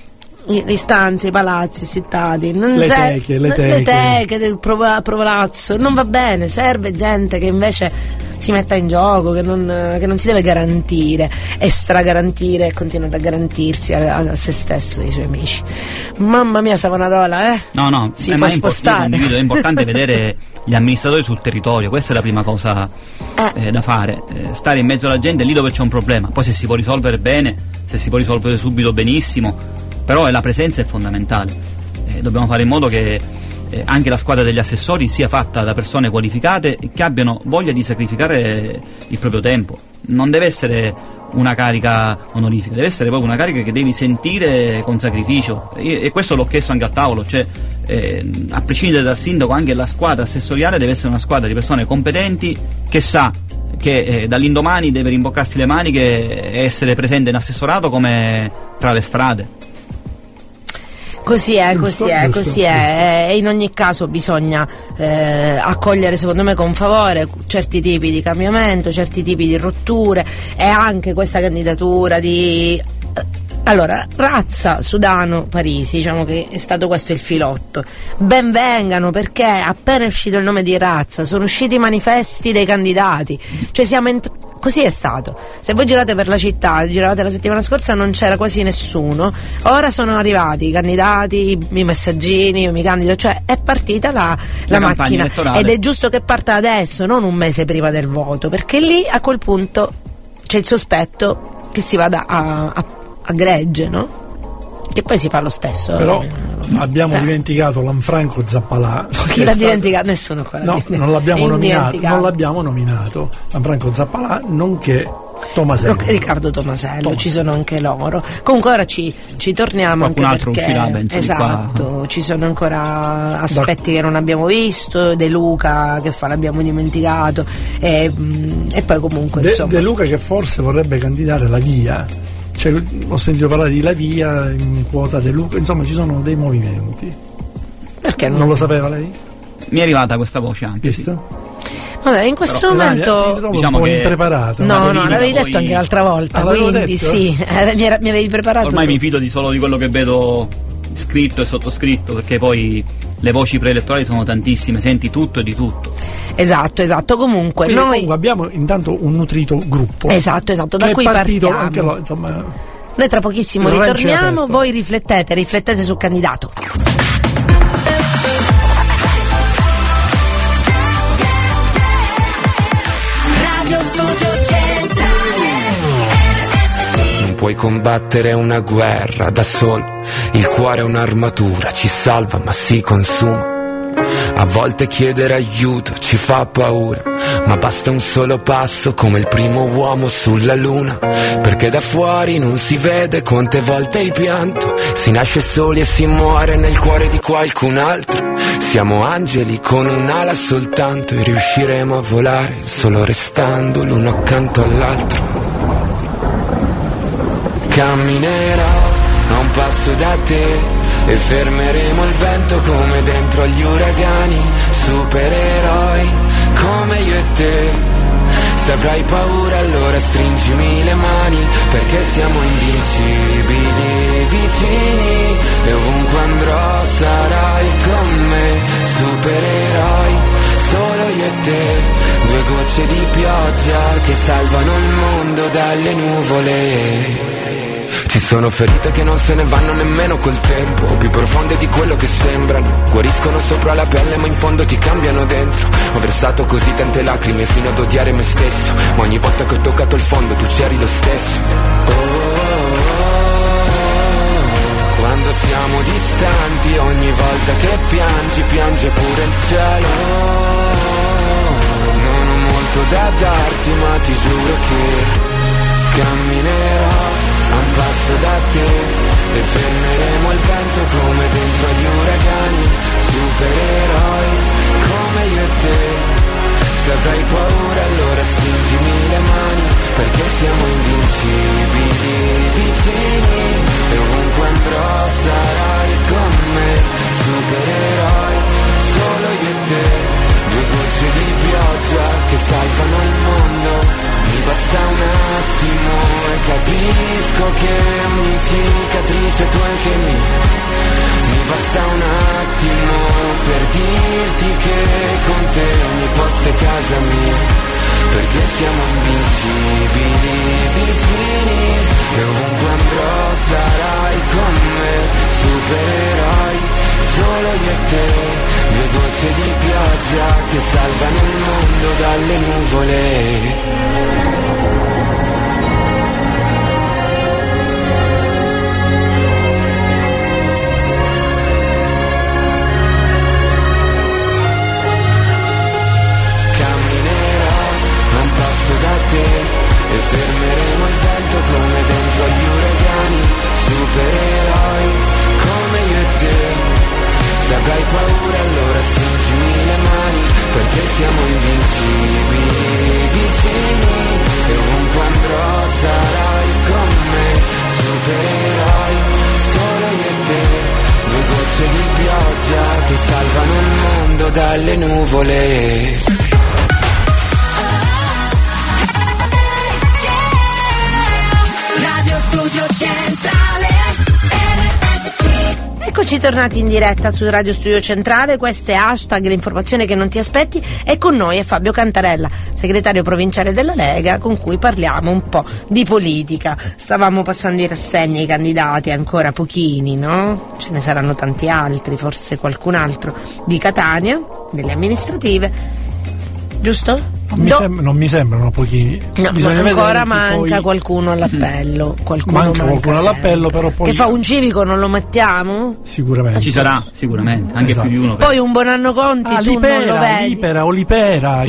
le stanze, i palazzi, i cittadi, le teche, il Provalazzo, non va bene, serve gente che invece si metta in gioco, che non si deve garantire e stragarantire e continuare a garantirsi a se stesso e ai suoi amici. Mamma mia, Savonarola, No, si può spostare. È importante vedere gli amministratori sul territorio, questa è la prima cosa da fare, stare in mezzo alla gente lì dove c'è un problema, poi se si può risolvere bene, se si può risolvere subito benissimo, però la presenza è fondamentale. Dobbiamo fare in modo che anche la squadra degli assessori sia fatta da persone qualificate e che abbiano voglia di sacrificare il proprio tempo. Non deve essere una carica onorifica, deve essere proprio una carica che devi sentire con sacrificio, e questo l'ho chiesto anche al tavolo, cioè a prescindere dal sindaco anche la squadra assessoriale deve essere una squadra di persone competenti che sa che dall'indomani deve rimboccarsi le maniche e essere presente in assessorato come tra le strade. Così è, e in ogni caso bisogna accogliere, secondo me, con favore certi tipi di cambiamento, certi tipi di rotture, e anche questa candidatura di Allora, Razza, Sudano, Parisi, diciamo che è stato questo il filotto. Ben vengano, perché appena è uscito il nome di Razza sono usciti i manifesti dei candidati, cioè così è stato. Se voi girate per la città, giravate la settimana scorsa, non c'era quasi nessuno, ora sono arrivati i candidati, i messaggini, io mi candido, cioè è partita la macchina elettorale. Ed è giusto che parta adesso, non un mese prima del voto, perché lì a quel punto c'è il sospetto che si vada a gregge, no? Che poi si fa lo stesso. Però abbiamo dimenticato Lanfranco Zappalà. Chi l'ha dimenticato? Nessuno ancora. No, non l'abbiamo nominato. Lanfranco Zappalà, nonché Tomasello. Riccardo Tomasello, ci sono anche loro. Comunque ora ci torniamo. Qualcun anche altro perché uscirà, penso, esatto, ci sono ancora aspetti che non abbiamo visto. De Luca che l'abbiamo dimenticato e poi comunque insomma. De Luca che forse vorrebbe candidare la Via. Cioè, ho sentito parlare di La Via in quota De Luca, insomma ci sono dei movimenti. Perché non lo sapeva lei? Mi è arrivata questa voce anche. Visto? Sì. Vabbè, in questo momento diciamo un po' impreparato. No, l'avevi detto anche l'altra volta, quindi detto? Sì, mi avevi preparato. Ormai tu. mi fido solo di quello che vedo scritto e sottoscritto, perché poi le voci preelettorali sono tantissime, senti tutto e di tutto. Esatto, comunque comunque abbiamo intanto un nutrito gruppo. Esatto, da cui partiamo. Anche insomma, noi tra pochissimo ritorniamo, voi riflettete sul candidato. Radio Studio Centrale. Non puoi combattere una guerra da solo, il cuore è un'armatura, ci salva ma si consuma. A volte chiedere aiuto ci fa paura, ma basta un solo passo come il primo uomo sulla luna, perché da fuori non si vede quante volte hai pianto, si nasce soli e si muore nel cuore di qualcun altro. Siamo angeli con un'ala soltanto e riusciremo a volare solo restando l'uno accanto all'altro. Camminerò a un passo da te e fermeremo il vento come dentro agli uragani, supereroi come io e te. Se avrai paura allora stringimi le mani, perché siamo invincibili, vicini, e ovunque andrò sarai con me. Supereroi, solo io e te, due gocce di pioggia che salvano il mondo dalle nuvole. Ci sono ferite che non se ne vanno nemmeno col tempo, più profonde di quello che sembrano, guariscono sopra la pelle ma in fondo ti cambiano dentro. Ho versato così tante lacrime fino ad odiare me stesso, ma ogni volta che ho toccato il fondo tu c'eri lo stesso. Quando siamo distanti, ogni volta che piangi, piange pure il cielo. Non ho molto da darti ma ti giuro che camminerò a un passo da te e fermeremo il vento come dentro agli uragani. Supereroi come io e te. Se avrai paura allora stringimi le mani, perché siamo invincibili, vicini, e ovunque andrò sarai con me. Supereroi, solo io e te, due gocce di pioggia che salvano il mondo. Mi basta un attimo e capisco che ogni cicatrice tu anche mia. Mi basta un attimo per dirti che con te ogni posto è casa mia, perché siamo invincibili, vicini, e ovunque andrò sarai con me. Supereroi, solo io e te, due gocce di pioggia che salvano il mondo dalle nuvole. Da te e fermeremo il vento come dentro agli uragani. Supereroi come io e te. Se avrai paura allora stringimi le mani, perché siamo invincibili, vicini, e ovunque andrò sarai con me. Supereroi, solo io e te, due gocce di pioggia che salvano il mondo dalle nuvole. Radio Studio Centrale. Eccoci tornati in diretta su Radio Studio Centrale, questo è hashtag l'informazione che non ti aspetti, e con noi è Fabio Cantarella, segretario provinciale della Lega, con cui parliamo un po' di politica. Stavamo passando in rassegna i candidati, ancora pochini, no? Ce ne saranno tanti altri, forse qualcun altro di Catania, delle amministrative, giusto? Non mi sembrano pochini. No, ancora manca qualcuno all'appello. Qualcuno all'appello, però poi. Che fa un civico, non lo mettiamo? Sicuramente. Ci sarà, sicuramente, anche esatto. più di uno. Poi un Bonanno Conti, tu non lo vedi. Lipera.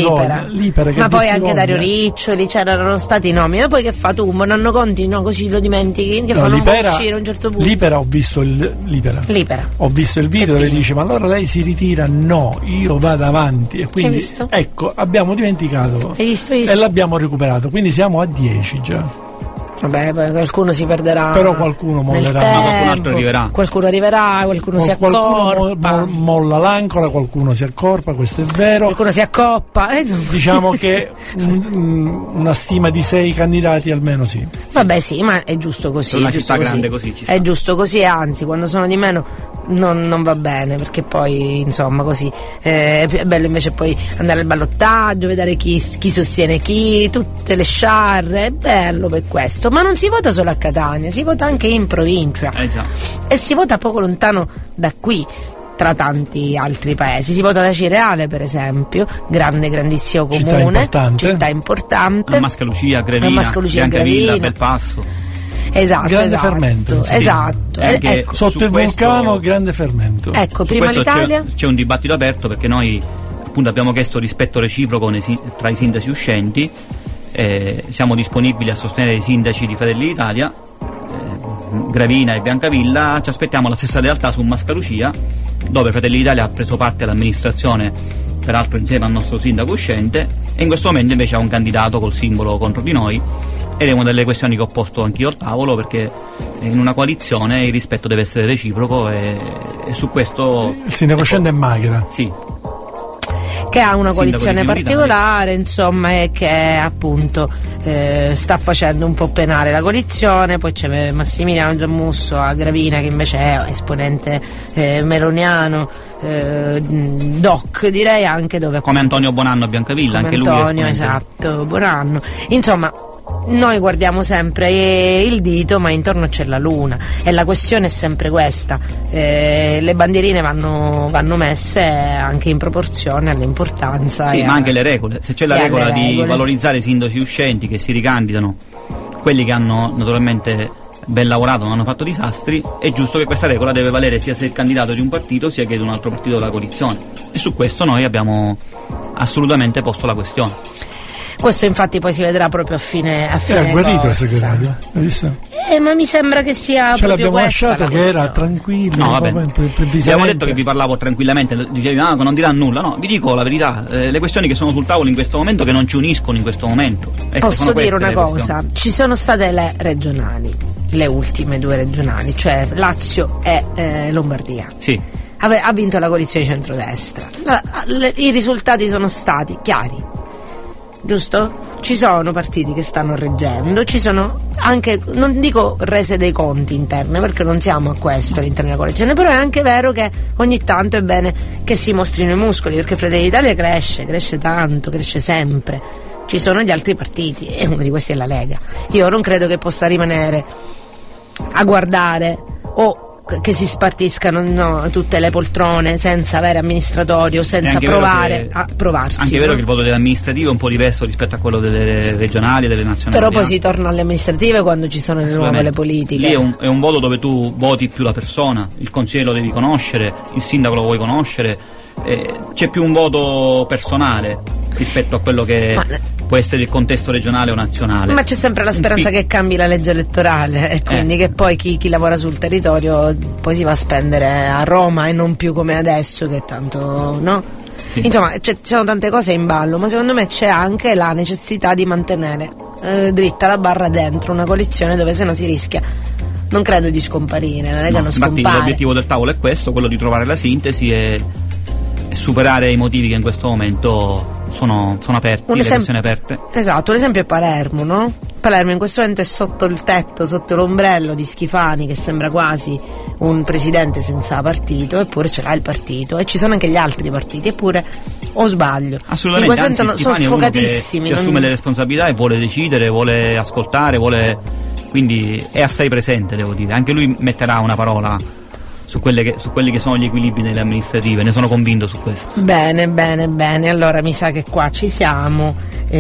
Ma poi anche Dario Riccioli, c'erano stati nomi. Ma poi che fa tu, un Bonanno Conti, no? Così lo dimentichi? Che non può uscire a un certo punto. L'Ipera, ho visto il Ho visto il video dove dice: ma allora lei si ritira? No, io vado avanti. E quindi ecco, abbiamo dimenticato. Hai visto? E l'abbiamo recuperato, quindi siamo a 10 già. Vabbè, poi qualcuno si perderà. Però qualcuno mollerà. Ma qualcun altro arriverà. Qualcuno si accorpa. Molla l'ancora, qualcuno si accorpa, questo è vero. Qualcuno si accoppa. Diciamo che una stima di 6 candidati almeno sì. Vabbè sì, ma è giusto così. Per una città grande così ci sta. È giusto così, anzi, quando sono di meno non va bene, perché poi insomma così è bello invece poi andare al ballottaggio, vedere chi sostiene chi, tutte le sciarre, è bello per questo. Ma non si vota solo a Catania, si vota anche in provincia, e si vota poco lontano da qui, tra tanti altri paesi. Si vota da Cireale, per esempio, grandissimo comune, città importante, a Mascalucia, Gravina, Biancavilla, Belpasso. Esatto, grande fermento. Esatto. Ecco, sotto il vulcano, grande fermento. Ecco, prima l'Italia c'è un dibattito aperto, perché noi appunto abbiamo chiesto rispetto reciproco tra i sindaci uscenti. Siamo disponibili a sostenere i sindaci di Fratelli d'Italia, Gravina e Biancavilla. Ci aspettiamo la stessa realtà su Mascalucia, dove Fratelli d'Italia ha preso parte all'amministrazione, peraltro insieme al nostro sindaco uscente, e in questo momento invece ha un candidato col simbolo contro di noi, ed è una delle questioni che ho posto anch'io al tavolo, perché in una coalizione il rispetto deve essere reciproco, e su questo il sindaco uscente è Maghera. Sì, che ha una coalizione particolare, insomma, e che appunto sta facendo un po' penare la coalizione. Poi c'è Massimiliano Giammusso a Gravina, che invece è esponente meloniano, doc direi anche, dove come Antonio Bonanno a Biancavilla, anche lui Antonio, esatto, Bonanno. Insomma, noi guardiamo sempre il dito, ma intorno c'è la luna, e la questione è sempre questa. Le bandierine vanno messe anche in proporzione all'importanza. Sì, ma anche le regole. Se c'è la regola di valorizzare i sindaci uscenti che si ricandidano, quelli che hanno naturalmente ben lavorato, non hanno fatto disastri, è giusto che questa regola deve valere sia se il candidato di un partito sia che di un altro partito della coalizione, e su questo noi abbiamo assolutamente posto la questione. Questo infatti poi si vedrà proprio a fine agguerrito il segretario, hai visto? Ma mi sembra che sia ce proprio l'abbiamo lasciato che era tranquillo. No, vabbè, abbiamo detto che vi parlavo tranquillamente, dicevi non dirà nulla. No, vi dico la verità, le questioni che sono sul tavolo in questo momento, che non ci uniscono in questo momento, posso dire una cosa: ci sono state le regionali, le ultime 2 regionali, cioè Lazio e Lombardia. Sì. Ha vinto la coalizione di centrodestra. I risultati sono stati chiari, giusto? Ci sono partiti che stanno reggendo, ci sono anche, non dico rese dei conti interne, perché non siamo a questo all'interno della coalizione, però è anche vero che ogni tanto è bene che si mostrino i muscoli, perché Fratelli d'Italia cresce tanto, cresce sempre. Ci sono gli altri partiti, e uno di questi è la Lega. Io non credo che possa rimanere a guardare o che si spartiscano tutte le poltrone senza avere amministratori o senza provare a provarsi. Anche è vero che il voto delle amministrative è un po' diverso rispetto a quello delle regionali e delle nazionali. Però poi si torna alle amministrative quando ci sono le nuove le politiche. Lì è un voto dove tu voti più la persona, il consigliere lo devi conoscere, il sindaco lo vuoi conoscere, c'è più un voto personale rispetto a quello che può essere il contesto regionale o nazionale. Ma c'è sempre la speranza che cambi la legge elettorale, e quindi che poi chi lavora sul territorio poi si va a spendere a Roma e non più come adesso, che tanto no? Sì. Insomma, ci sono tante cose in ballo, ma secondo me c'è anche la necessità di mantenere dritta la barra dentro una coalizione, dove se no si rischia, non credo, di scomparire. La Lega non scompare. L'obiettivo del tavolo è questo, quello di trovare la sintesi e superare i motivi che in questo momento sono aperti, le questioni aperte. Esatto, un esempio è Palermo, no? Palermo in questo momento è sotto il tetto, sotto l'ombrello di Schifani, che sembra quasi un presidente senza partito, eppure ce l'ha il partito, e ci sono anche gli altri partiti, eppure, o sbaglio? Assolutamente, anzi, sono sfocatissimi. Si assume le responsabilità e vuole decidere, vuole ascoltare, quindi è assai presente, devo dire. Anche lui metterà una parola su quelli che sono gli equilibri nelle amministrative, ne sono convinto su questo. Bene, allora mi sa che qua ci siamo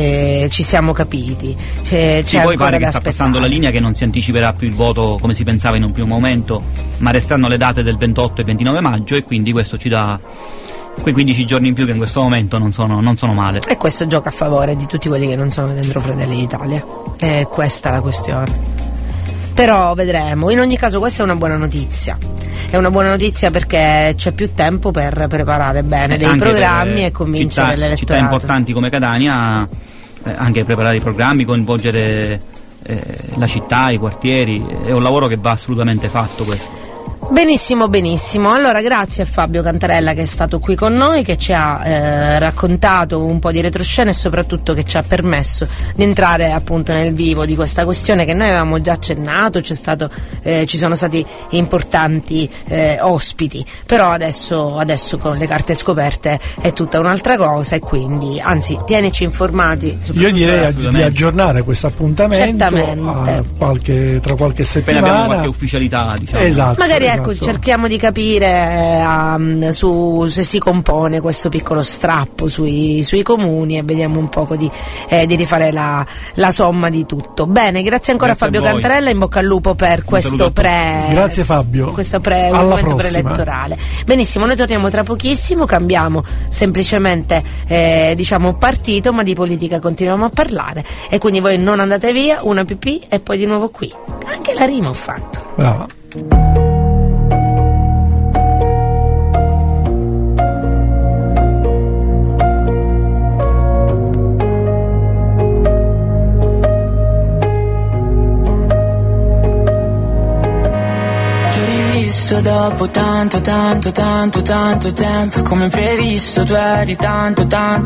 capiti. C'è poi pare che sta aspettare. passando la linea che non si anticiperà più il voto come si pensava in un primo momento, ma resteranno le date del 28 e 29 maggio, e quindi questo ci dà quei 15 giorni in più che in questo momento non sono male. E questo gioca a favore di tutti quelli che non sono dentro Fratelli d'Italia, è questa la questione. Però vedremo. In ogni caso questa è una buona notizia. È una buona notizia perché c'è più tempo per preparare bene dei programmi e convincere l'elettorato. Città importanti come Catania, anche preparare i programmi, coinvolgere la città, i quartieri, è un lavoro che va assolutamente fatto questo. Benissimo. Allora grazie a Fabio Cantarella che è stato qui con noi, che ci ha raccontato un po' di retroscena e soprattutto che ci ha permesso di entrare appunto nel vivo di questa questione che noi avevamo già accennato. Ci sono stati importanti ospiti, però adesso con le carte scoperte è tutta un'altra cosa, e quindi anzi tienici informati. Io direi di aggiornare questo appuntamento. Certamente. Tra qualche settimana. Appena abbiamo qualche ufficialità, diciamo. Esatto. Magari ecco, cerchiamo di capire se si compone questo piccolo strappo sui comuni, e vediamo un poco di rifare la somma di tutto. Bene, grazie ancora a Fabio Cantarella, in bocca al lupo per questo grazie Fabio, questo momento preelettorale. Benissimo, noi torniamo tra pochissimo, cambiamo semplicemente partito, ma di politica continuiamo a parlare, e quindi voi non andate via, una pipì e poi di nuovo qui. Anche la rima ho fatto. Brava. Dopo tanto tempo, come previsto tu eri tanto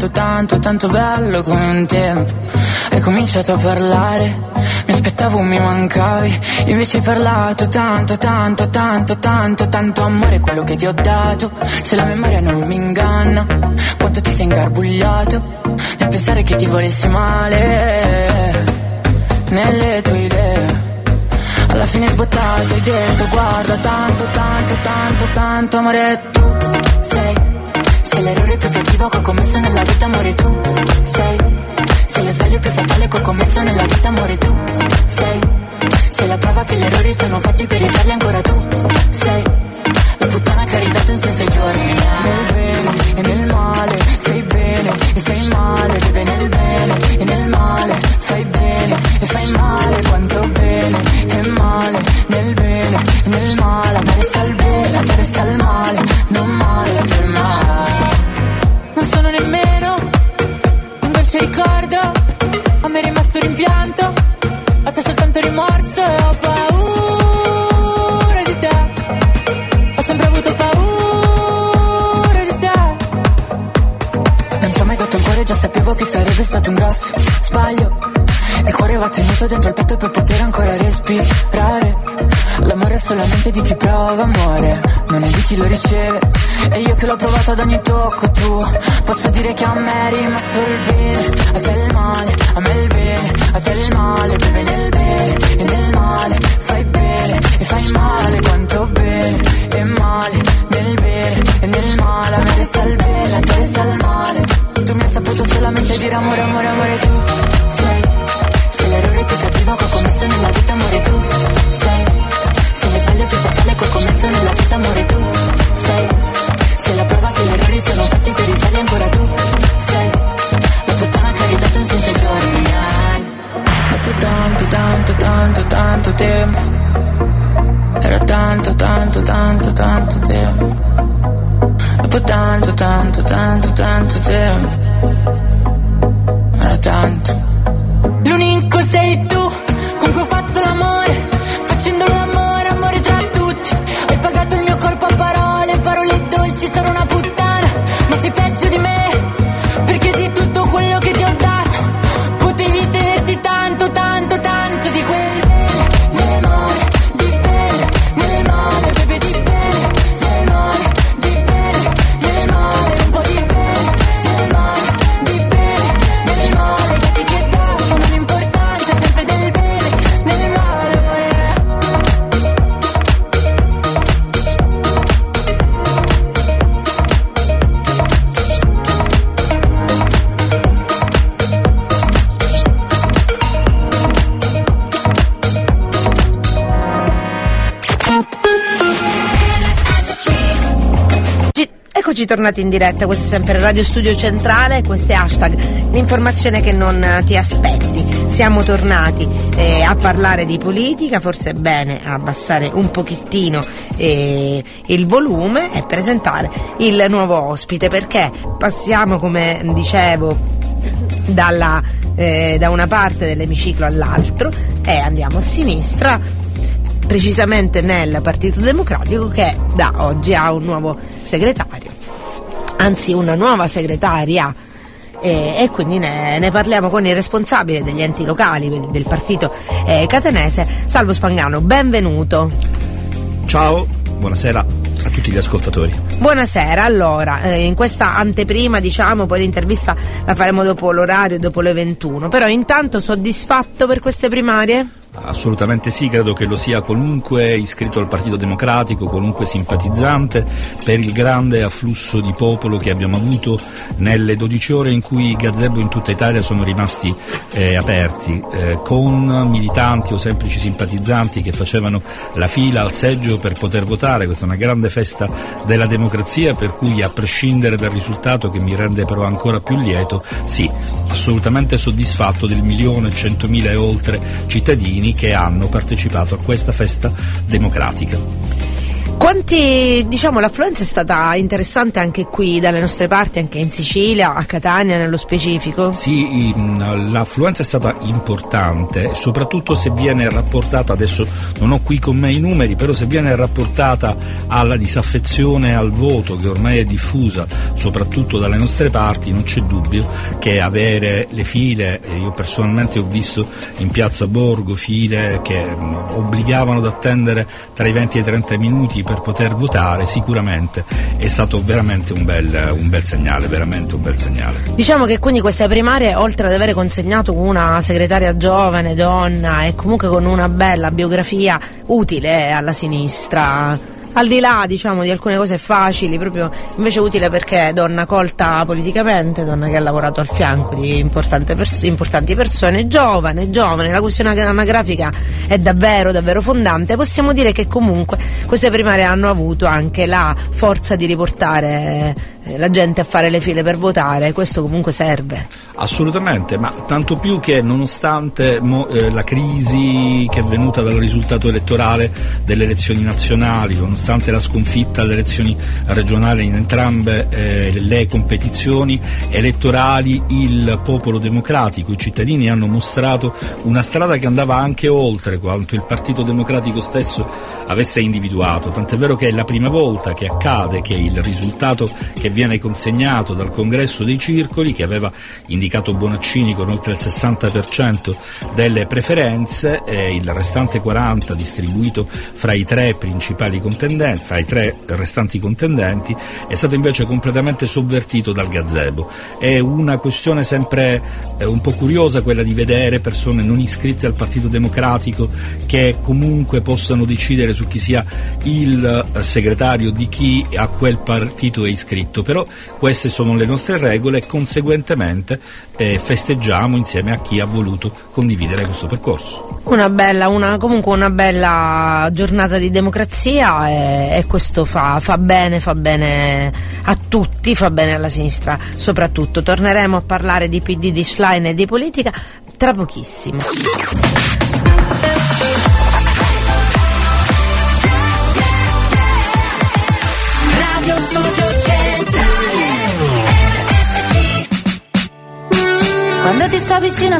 bello come un tempo. Hai cominciato a parlare, mi aspettavo mi mancavi, invece hai parlato tanto amore, quello che ti ho dato. Se la memoria non mi inganna, quanto ti sei ingarbugliato nel pensare che ti volessi male nelle tue idee. Alla fine sbottato, hai detto guarda tanto amore, tu sei l'errore più cattivo che ho commesso nella vita, amore, tu sei lo sbaglio più fatale che ho commesso nella vita, amore, tu sei la prova che gli errori sono fatti per rifarli ancora, tu sei la puttana che ha ridato un senso ai giorni. Nel bene e nel male sei bene e sei male, beve nel bene e nel male fai bene e fai male, quanto bene e male, nel bene e nel male, a me resta il bene, a te resta il male, non male per male. Non sono nemmeno un dolce ricordo, a me è rimasto rimpianto, a te soltanto rimorso, e ho paura di te, ho sempre avuto paura di te. Non ti ho mai dato il cuore, già sapevo che sarebbe stato un grosso sbaglio. Il cuore va tenuto dentro il petto per poter ancora respirare. L'amore è solamente di chi prova amore, non è di chi lo riceve. E io che l'ho provato ad ogni tocco, tu posso dire che a me è rimasto il bene, a te il male, a me il bene, a te il male, beve nel bene e nel male fai bene e fai male, quanto bene e male, nel bene e nel male, a me resta il bene, a te resta il male. Tu mi hai saputo solamente dire amore, amore, amore, tu sei l'errore più cattivo che ho commesso nella vita, amore, tu sei lo sbaglio più fatale che ho commesso nella vita, amore, tu sei la prova che gli errori sono fatti per rifarli ancora, tu sei la puttana che ha ridato un senso ai giorni miei. Dopo tanto tempo, era tanto tempo. Dopo tanto tempo, era tanto. L'unico sei tu con cui ho fatto l'amore, facendo l'amore, amore tra tutti. Hai pagato il mio corpo a parole dolci, sarò una puttana, ma sei peggio di me, perché di tutto Eccoci tornati in diretta, questo è sempre Radio Studio Centrale, questo è hashtag, l'informazione che non ti aspetti. Siamo tornati a parlare di politica, forse è bene abbassare un pochettino il volume e presentare il nuovo ospite, perché passiamo, come dicevo, da una parte dell'emiciclo all'altro e andiamo a sinistra, precisamente nel Partito Democratico, che da oggi ha un nuovo segretario, anzi una nuova segretaria, e quindi ne parliamo con il responsabile degli enti locali del partito catanese, Salvo Spangano. Benvenuto. Ciao, buonasera a tutti gli ascoltatori. Buonasera. Allora, in questa anteprima, diciamo, poi l'intervista la faremo dopo l'orario, dopo le 21, però intanto soddisfatto per queste primarie? Assolutamente sì, credo che lo sia qualunque iscritto al Partito Democratico, qualunque simpatizzante, per il grande afflusso di popolo che abbiamo avuto nelle 12 ore in cui i gazebo in tutta Italia sono rimasti aperti, con militanti o semplici simpatizzanti che facevano la fila al seggio per poter votare. Questa è una grande festa della democrazia, per cui, a prescindere dal risultato, che mi rende però ancora più lieto, sì, assolutamente soddisfatto del 1.100.000 e oltre cittadini che hanno partecipato a questa festa democratica. Quanti, diciamo, l'affluenza è stata interessante anche qui dalle nostre parti, anche in Sicilia, a Catania nello specifico? Sì, l'affluenza è stata importante, soprattutto se viene rapportata, adesso non ho qui con me i numeri, però se viene rapportata alla disaffezione al voto che ormai è diffusa soprattutto dalle nostre parti, non c'è dubbio che avere le file, io personalmente ho visto in piazza Borgo file che obbligavano ad attendere tra i 20 e i 30 minuti per poter votare, sicuramente è stato veramente un bel segnale, veramente un bel segnale. Diciamo che quindi queste primarie, oltre ad avere consegnato una segretaria giovane, donna e comunque con una bella biografia utile alla sinistra, al di là, diciamo, di alcune cose facili, proprio invece utile perché è donna colta politicamente, donna che ha lavorato al fianco di importanti persone, giovane, la questione anagrafica è davvero fondante. Possiamo dire che comunque queste primarie hanno avuto anche la forza di riportare la gente a fare le file per votare, questo comunque serve. Assolutamente, ma tanto più che nonostante la crisi che è venuta dal risultato elettorale delle elezioni nazionali, nonostante la sconfitta alle elezioni regionali in entrambe le competizioni elettorali, il popolo democratico, i cittadini hanno mostrato una strada che andava anche oltre quanto il Partito Democratico stesso avesse individuato, tant'è vero che è la prima volta che accade che il risultato che viene consegnato dal Congresso dei Circoli, che aveva indicato Bonaccini con oltre il 60% delle preferenze e il restante 40% distribuito fra i tre principali contendenti, fra i tre restanti contendenti, è stato invece completamente sovvertito dal gazebo. È una questione sempre un po' curiosa quella di vedere persone non iscritte al Partito Democratico che comunque possano decidere su chi sia il segretario di chi a quel partito è iscritto, però queste sono le nostre regole e conseguentemente festeggiamo insieme a chi ha voluto condividere questo percorso. Comunque una bella giornata di democrazia e questo fa bene a tutti, fa bene alla sinistra soprattutto. Torneremo a parlare di PD, di Schlein e di politica tra pochissimo. Radio Studio Centrale RSC. Quando ti sto vicino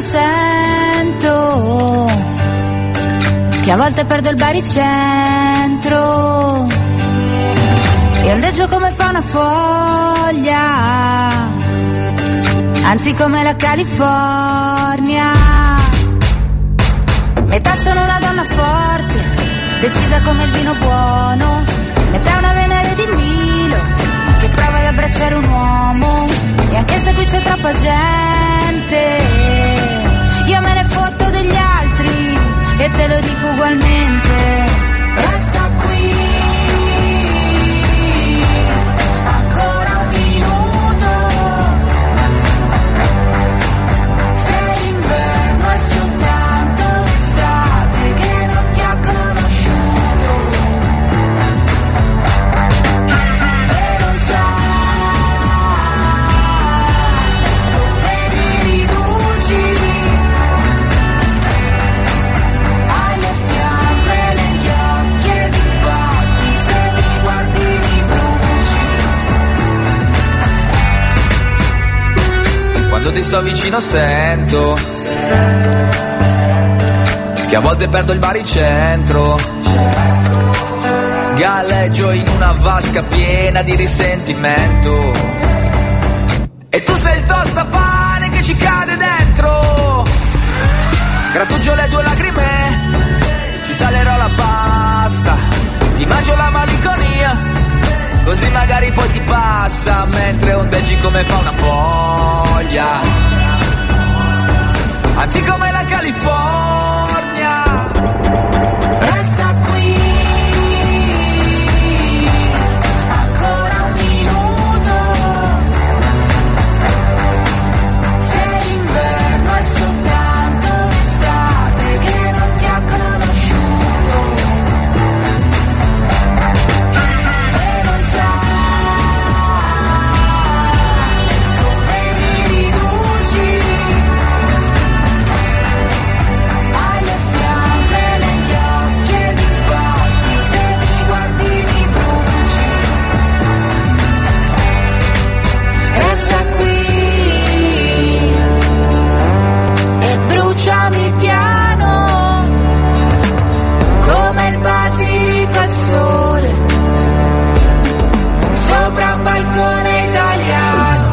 sento che a volte perdo il baricentro e ondeggio come fa una foglia, anzi come la California. Metà sono una donna forte, decisa come il vino buono, metà una Venere di Milo che prova ad abbracciare un uomo. E anche se qui c'è troppa gente, io me ne fotto degli altri e te lo dico ugualmente. Resta qui ancora un minuto, se l'inverno è soltanto l'estate che non ti ha conosciuto. sto vicino sento che a volte perdo il baricentro, galleggio in una vasca piena di risentimento, e tu sei il tostapane che ci cade dentro. Grattugio le tue lacrime, ci salerò la pasta, ti mangio la malinconia, così magari poi ti passa, mentre ondeggi come fa una foglia, anzi come la California. Resta qui ancora un minuto, se l'inverno è soltanto l'estate che non ti ha conosciuto e non sai come mi riduci alle fiamme negli occhi, ed infatti se mi guardi mi bruci. Resta qui e bruciami piano come il basilico al sole sopra un balcone italiano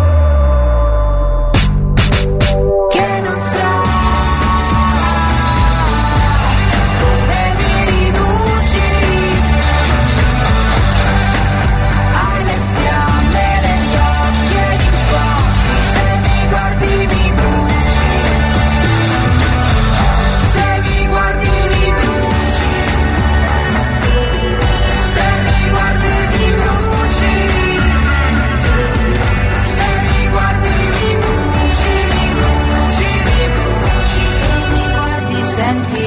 che non sa come mi riduci alle fiamme negli occhi, ed infatti se mi guardi mi bruci, se mi guardi mi bruci, se mi guardi mi bruci, se mi guardi mi bruci, mi bruci, mi bruci, se mi guardi senti.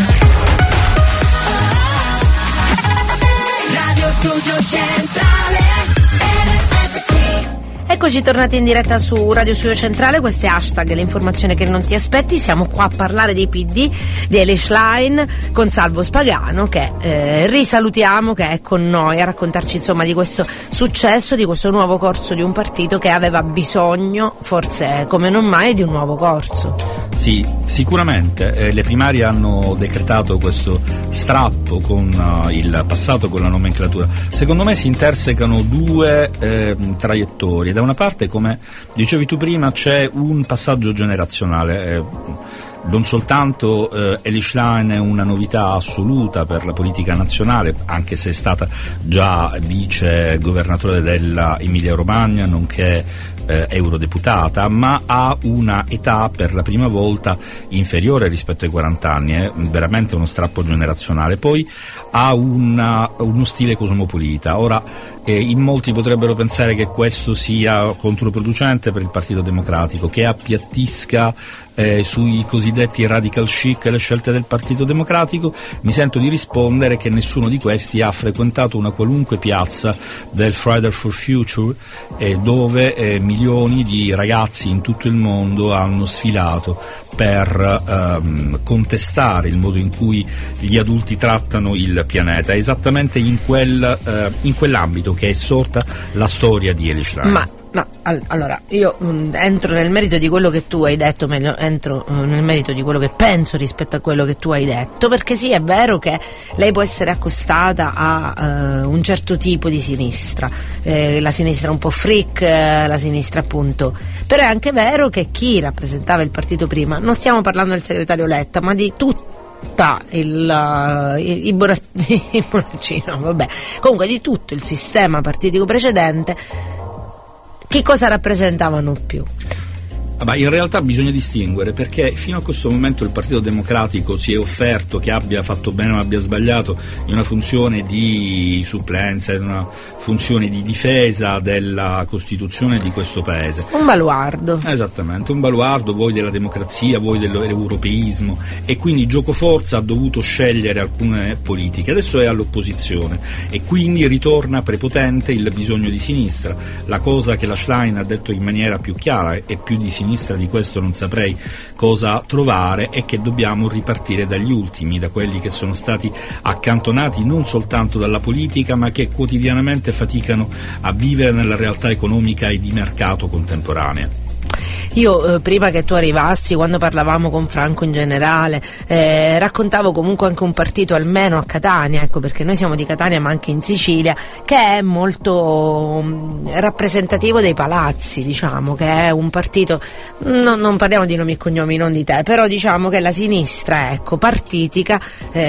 Radio Studio Centrale RSC. Eccoci tornati in diretta su Radio Studio Centrale, questo è Hashtag, l'informazione che non ti aspetti. Siamo qua a parlare dei PD, di Elish Line, con Salvo Spagano, che risalutiamo, che è con noi a raccontarci insomma di questo successo, di questo nuovo corso di un partito che aveva bisogno, forse come non mai, di un nuovo corso. Sì, sicuramente le primarie hanno decretato questo strappo con il passato, con la nomenclatura. Secondo me si intersecano due traiettorie. Da una parte, come dicevi tu prima, c'è un passaggio generazionale. Non soltanto Elish Line è una novità assoluta per la politica nazionale, anche se è stata già vice governatore della Emilia Romagna, nonché eurodeputata, ma ha una età per la prima volta inferiore rispetto ai 40 anni, è veramente uno strappo generazionale. Poi ha uno stile cosmopolita. Ora in molti potrebbero pensare che questo sia controproducente per il Partito Democratico, che appiattisca sui cosiddetti radical chic le scelte del Partito Democratico. Mi sento di rispondere che nessuno di questi ha frequentato una qualunque piazza del Friday for Future, dove milioni di ragazzi in tutto il mondo hanno sfilato per contestare il modo in cui gli adulti trattano il pianeta. È esattamente in quell'ambito che è sorta la storia di Elish Line. Allora, io entro nel merito di quello che tu hai detto, meglio entro nel merito di quello che penso rispetto a quello che tu hai detto, perché sì, è vero che lei può essere accostata a un certo tipo di sinistra, la sinistra un po' freak, la sinistra appunto, però è anche vero che chi rappresentava il partito prima, non stiamo parlando del segretario Letta, ma di il Bonaccino, vabbè, comunque di tutto il sistema partitico precedente, che cosa rappresentavano più? In realtà bisogna distinguere, perché fino a questo momento il Partito Democratico si è offerto, che abbia fatto bene o abbia sbagliato, in una funzione di supplenza, in una funzione di difesa della Costituzione di questo Paese. Un baluardo. Esattamente, un baluardo, voi della democrazia, voi dell'europeismo, e quindi giocoforza ha dovuto scegliere alcune politiche. Adesso è all'opposizione e quindi ritorna prepotente il bisogno di sinistra. La cosa che la Schlein ha detto in maniera più chiara e più di sinistra, di questo non saprei cosa trovare, è che dobbiamo ripartire dagli ultimi, da quelli che sono stati accantonati non soltanto dalla politica, ma che quotidianamente faticano a vivere nella realtà economica e di mercato contemporanea. Io prima che tu arrivassi, quando parlavamo con Franco in generale, raccontavo comunque anche un partito almeno a Catania, ecco, perché noi siamo di Catania ma anche in Sicilia, che è molto rappresentativo dei palazzi, diciamo, che è un partito, non parliamo di nomi e cognomi, non di te, però diciamo che la sinistra, ecco, partitica,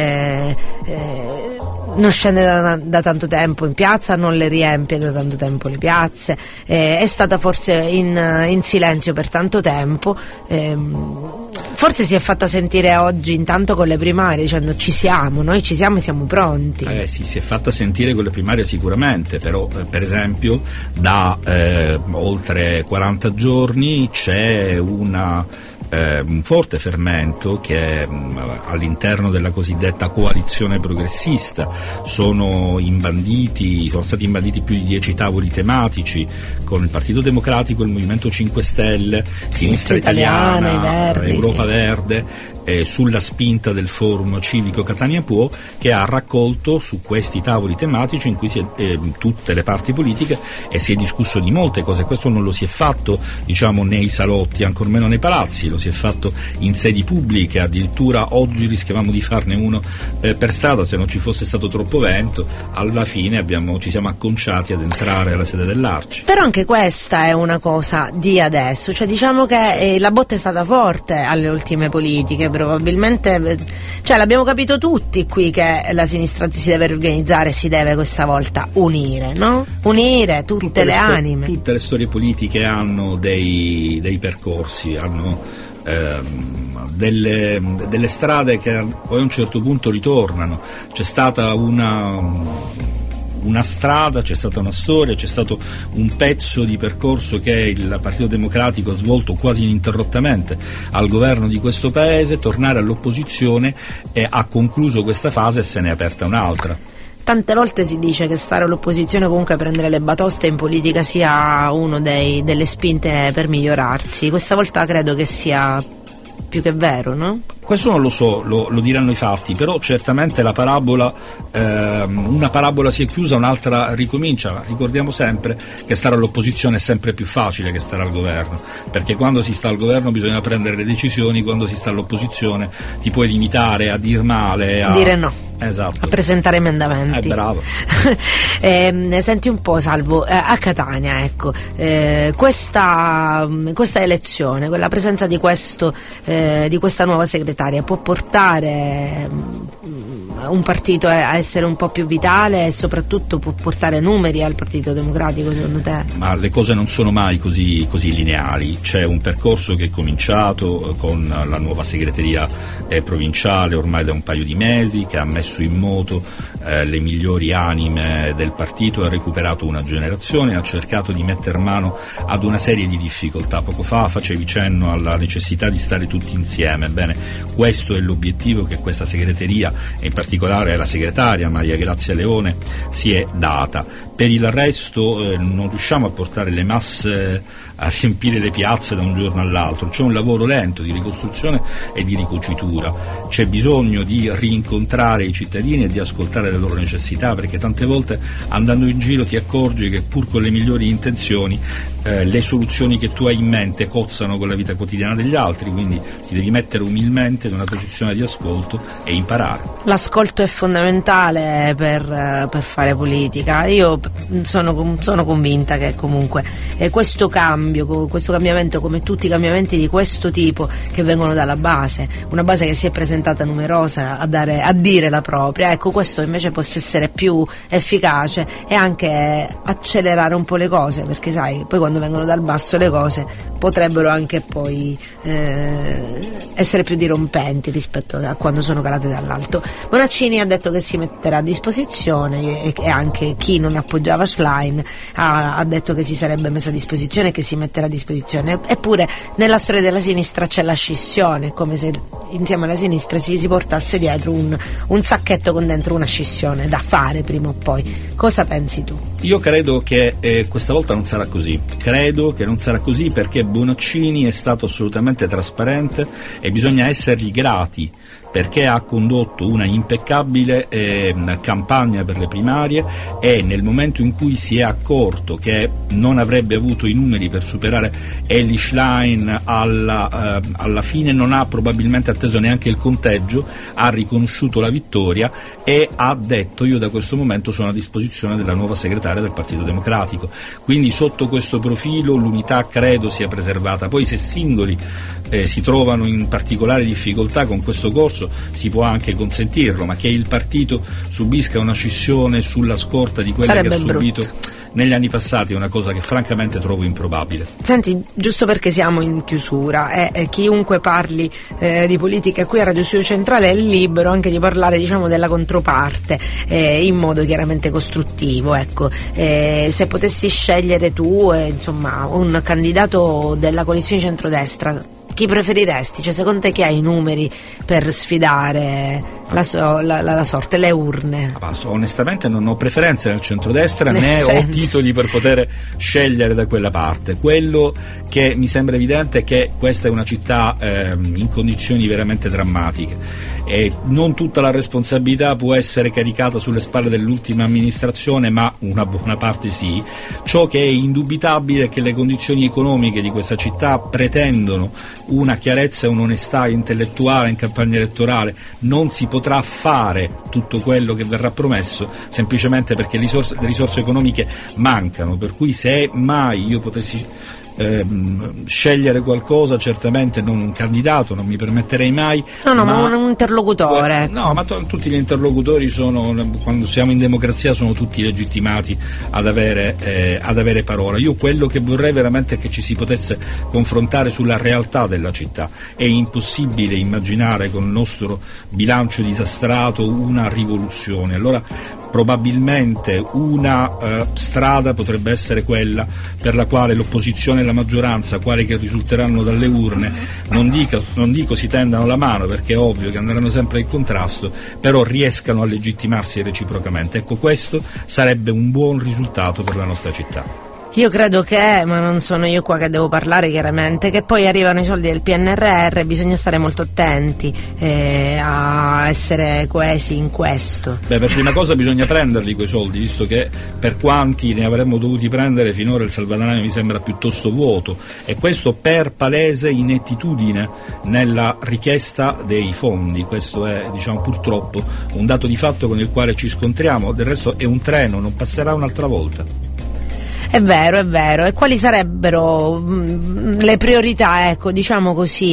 non scende da tanto tempo in piazza, non le riempie da tanto tempo le piazze, è stata forse in silenzio per tanto tempo, forse si è fatta sentire oggi intanto con le primarie dicendo noi ci siamo e siamo pronti. Sì, si è fatta sentire con le primarie sicuramente, però per esempio da oltre 40 giorni c'è un forte fermento che all'interno della cosiddetta coalizione progressista sono stati imbanditi più di 10 tavoli tematici con il Partito Democratico, il Movimento 5 Stelle, Sinistra Italiana, i Verdi, Europa Verde, sulla spinta del Forum Civico Catania Può, che ha raccolto su questi tavoli tematici in cui tutte le parti politiche, e si è discusso di molte cose. Questo non lo si è fatto, diciamo, nei salotti, ancor meno nei palazzi, lo si è fatto in sedi pubbliche. Addirittura oggi rischiavamo di farne uno per strada se non ci fosse stato troppo vento. Alla fine ci siamo acconciati ad entrare alla sede dell'Arci. Però anche questa è una cosa di adesso, cioè diciamo che la botta è stata forte alle ultime politiche, probabilmente, cioè l'abbiamo capito tutti qui che la sinistra si deve riorganizzare, si deve questa volta unire, no? Unire tutte le anime. Tutte le storie politiche hanno dei percorsi, hanno delle strade che poi a un certo punto ritornano. C'è stata una strada, c'è stata una storia, c'è stato un pezzo di percorso che il Partito Democratico ha svolto quasi ininterrottamente al governo di questo paese. Tornare all'opposizione ha concluso questa fase e se ne è aperta un'altra. Tante volte si dice che stare all'opposizione, comunque prendere le batoste in politica, sia uno delle spinte per migliorarsi. Questa volta credo che sia più che vero, no? Questo non lo so, lo diranno i fatti, però certamente la parabola, una parabola si è chiusa, un'altra ricomincia. Ricordiamo sempre che stare all'opposizione è sempre più facile che stare al governo, perché quando si sta al governo bisogna prendere le decisioni, quando si sta all'opposizione ti puoi limitare a dir male, a dire no. Esatto. A presentare emendamenti. Bravo. Senti un po', Salvo, a Catania, ecco, questa elezione, la presenza di questa nuova segretaria può portare un partito a essere un po' più vitale e soprattutto può portare numeri al Partito Democratico, secondo te? Ma le cose non sono mai così lineari. C'è un percorso che è cominciato con la nuova segreteria provinciale ormai da un paio di mesi, che ha messo in moto le migliori anime del partito, ha recuperato una generazione, ha cercato di metter mano ad una serie di difficoltà. Poco fa facevi cenno alla necessità di stare tutti insieme. Bene, questo è l'obiettivo che questa segreteria, e in particolare la segretaria Maria Grazia Leone, si è data. Per il resto non riusciamo a portare le masse a riempire le piazze da un giorno all'altro. C'è un lavoro lento di ricostruzione e di ricucitura, c'è bisogno di rincontrare i cittadini e di ascoltare le loro necessità, perché tante volte andando in giro ti accorgi che pur con le migliori intenzioni le soluzioni che tu hai in mente cozzano con la vita quotidiana degli altri, quindi ti devi mettere umilmente in una posizione di ascolto e imparare. L'ascolto è fondamentale per fare politica. Io sono convinta che comunque questo cambiamento, come tutti i cambiamenti di questo tipo che vengono dalla base, una base che si è presentata numerosa a dire la propria, ecco, questo invece possa essere più efficace e anche accelerare un po' le cose, perché sai, poi quando vengono dal basso le cose potrebbero anche poi essere più dirompenti rispetto a quando sono calate dall'alto. Bonaccini ha detto che si metterà a disposizione e anche chi non appoggiava Schlein ha detto che si sarebbe messa a disposizione e che si metterà a disposizione. Eppure nella storia della sinistra c'è la scissione, come se insieme alla sinistra ci si portasse dietro un sacchetto con dentro una scissione da fare prima o poi. Cosa pensi tu? Io credo che questa volta non sarà così. Credo che non sarà così perché Bonaccini è stato assolutamente trasparente e bisogna essergli grati perché ha condotto una impeccabile campagna per le primarie e nel momento in cui si è accorto che non avrebbe avuto i numeri per superare Elly Schlein alla fine non ha probabilmente atteso neanche il conteggio, ha riconosciuto la vittoria e ha detto: io da questo momento sono a disposizione della nuova segretaria del Partito Democratico. Quindi sotto questo profilo l'unità credo sia preservata. Poi se singoli si trovano in particolare difficoltà con questo corso si può anche consentirlo, ma che il partito subisca una scissione sulla scorta di quella sarebbe che ha subito brutto negli anni passati è una cosa che francamente trovo improbabile. Senti, giusto perché siamo in chiusura chiunque parli di politica qui a Radio Studio Centrale è libero anche di parlare, diciamo, della controparte in modo chiaramente costruttivo, ecco. Se potessi scegliere tu insomma un candidato della coalizione centrodestra, chi preferiresti? Cioè, secondo te chi ha i numeri per sfidare la sorte, le urne? Onestamente non ho preferenze nel centrodestra né ho titoli per poter scegliere da quella parte. Quello che mi sembra evidente è che questa è una città in condizioni veramente drammatiche e non tutta la responsabilità può essere caricata sulle spalle dell'ultima amministrazione, ma una buona parte sì. Ciò che è indubitabile è che le condizioni economiche di questa città pretendono una chiarezza e un'onestà intellettuale in campagna elettorale. Non si potrà fare tutto quello che verrà promesso semplicemente perché le risorse economiche mancano, per cui se mai io potessi scegliere qualcosa, certamente non un candidato, non mi permetterei mai. Ma un interlocutore. No, ma tutti gli interlocutori quando siamo in democrazia sono tutti legittimati ad avere parola. Io quello che vorrei veramente è che ci si potesse confrontare sulla realtà della città. È impossibile immaginare con il nostro bilancio disastrato una rivoluzione. Allora probabilmente una strada potrebbe essere quella per la quale l'opposizione e la maggioranza, quali che risulteranno dalle urne, non dico si tendano la mano perché è ovvio che andranno sempre in contrasto, però riescano a legittimarsi reciprocamente. Ecco, questo sarebbe un buon risultato per la nostra città. Io credo che, ma non sono io qua che devo parlare chiaramente, che poi arrivano i soldi del PNRR, bisogna stare molto attenti a essere coesi in questo. Per prima cosa bisogna prenderli quei soldi, visto che per quanti ne avremmo dovuti prendere finora il salvadanaio mi sembra piuttosto vuoto, e questo per palese inettitudine nella richiesta dei fondi. Questo è, diciamo, purtroppo un dato di fatto con il quale ci scontriamo. Del resto è un treno, non passerà un'altra volta. È vero. E quali sarebbero le priorità, ecco, diciamo così,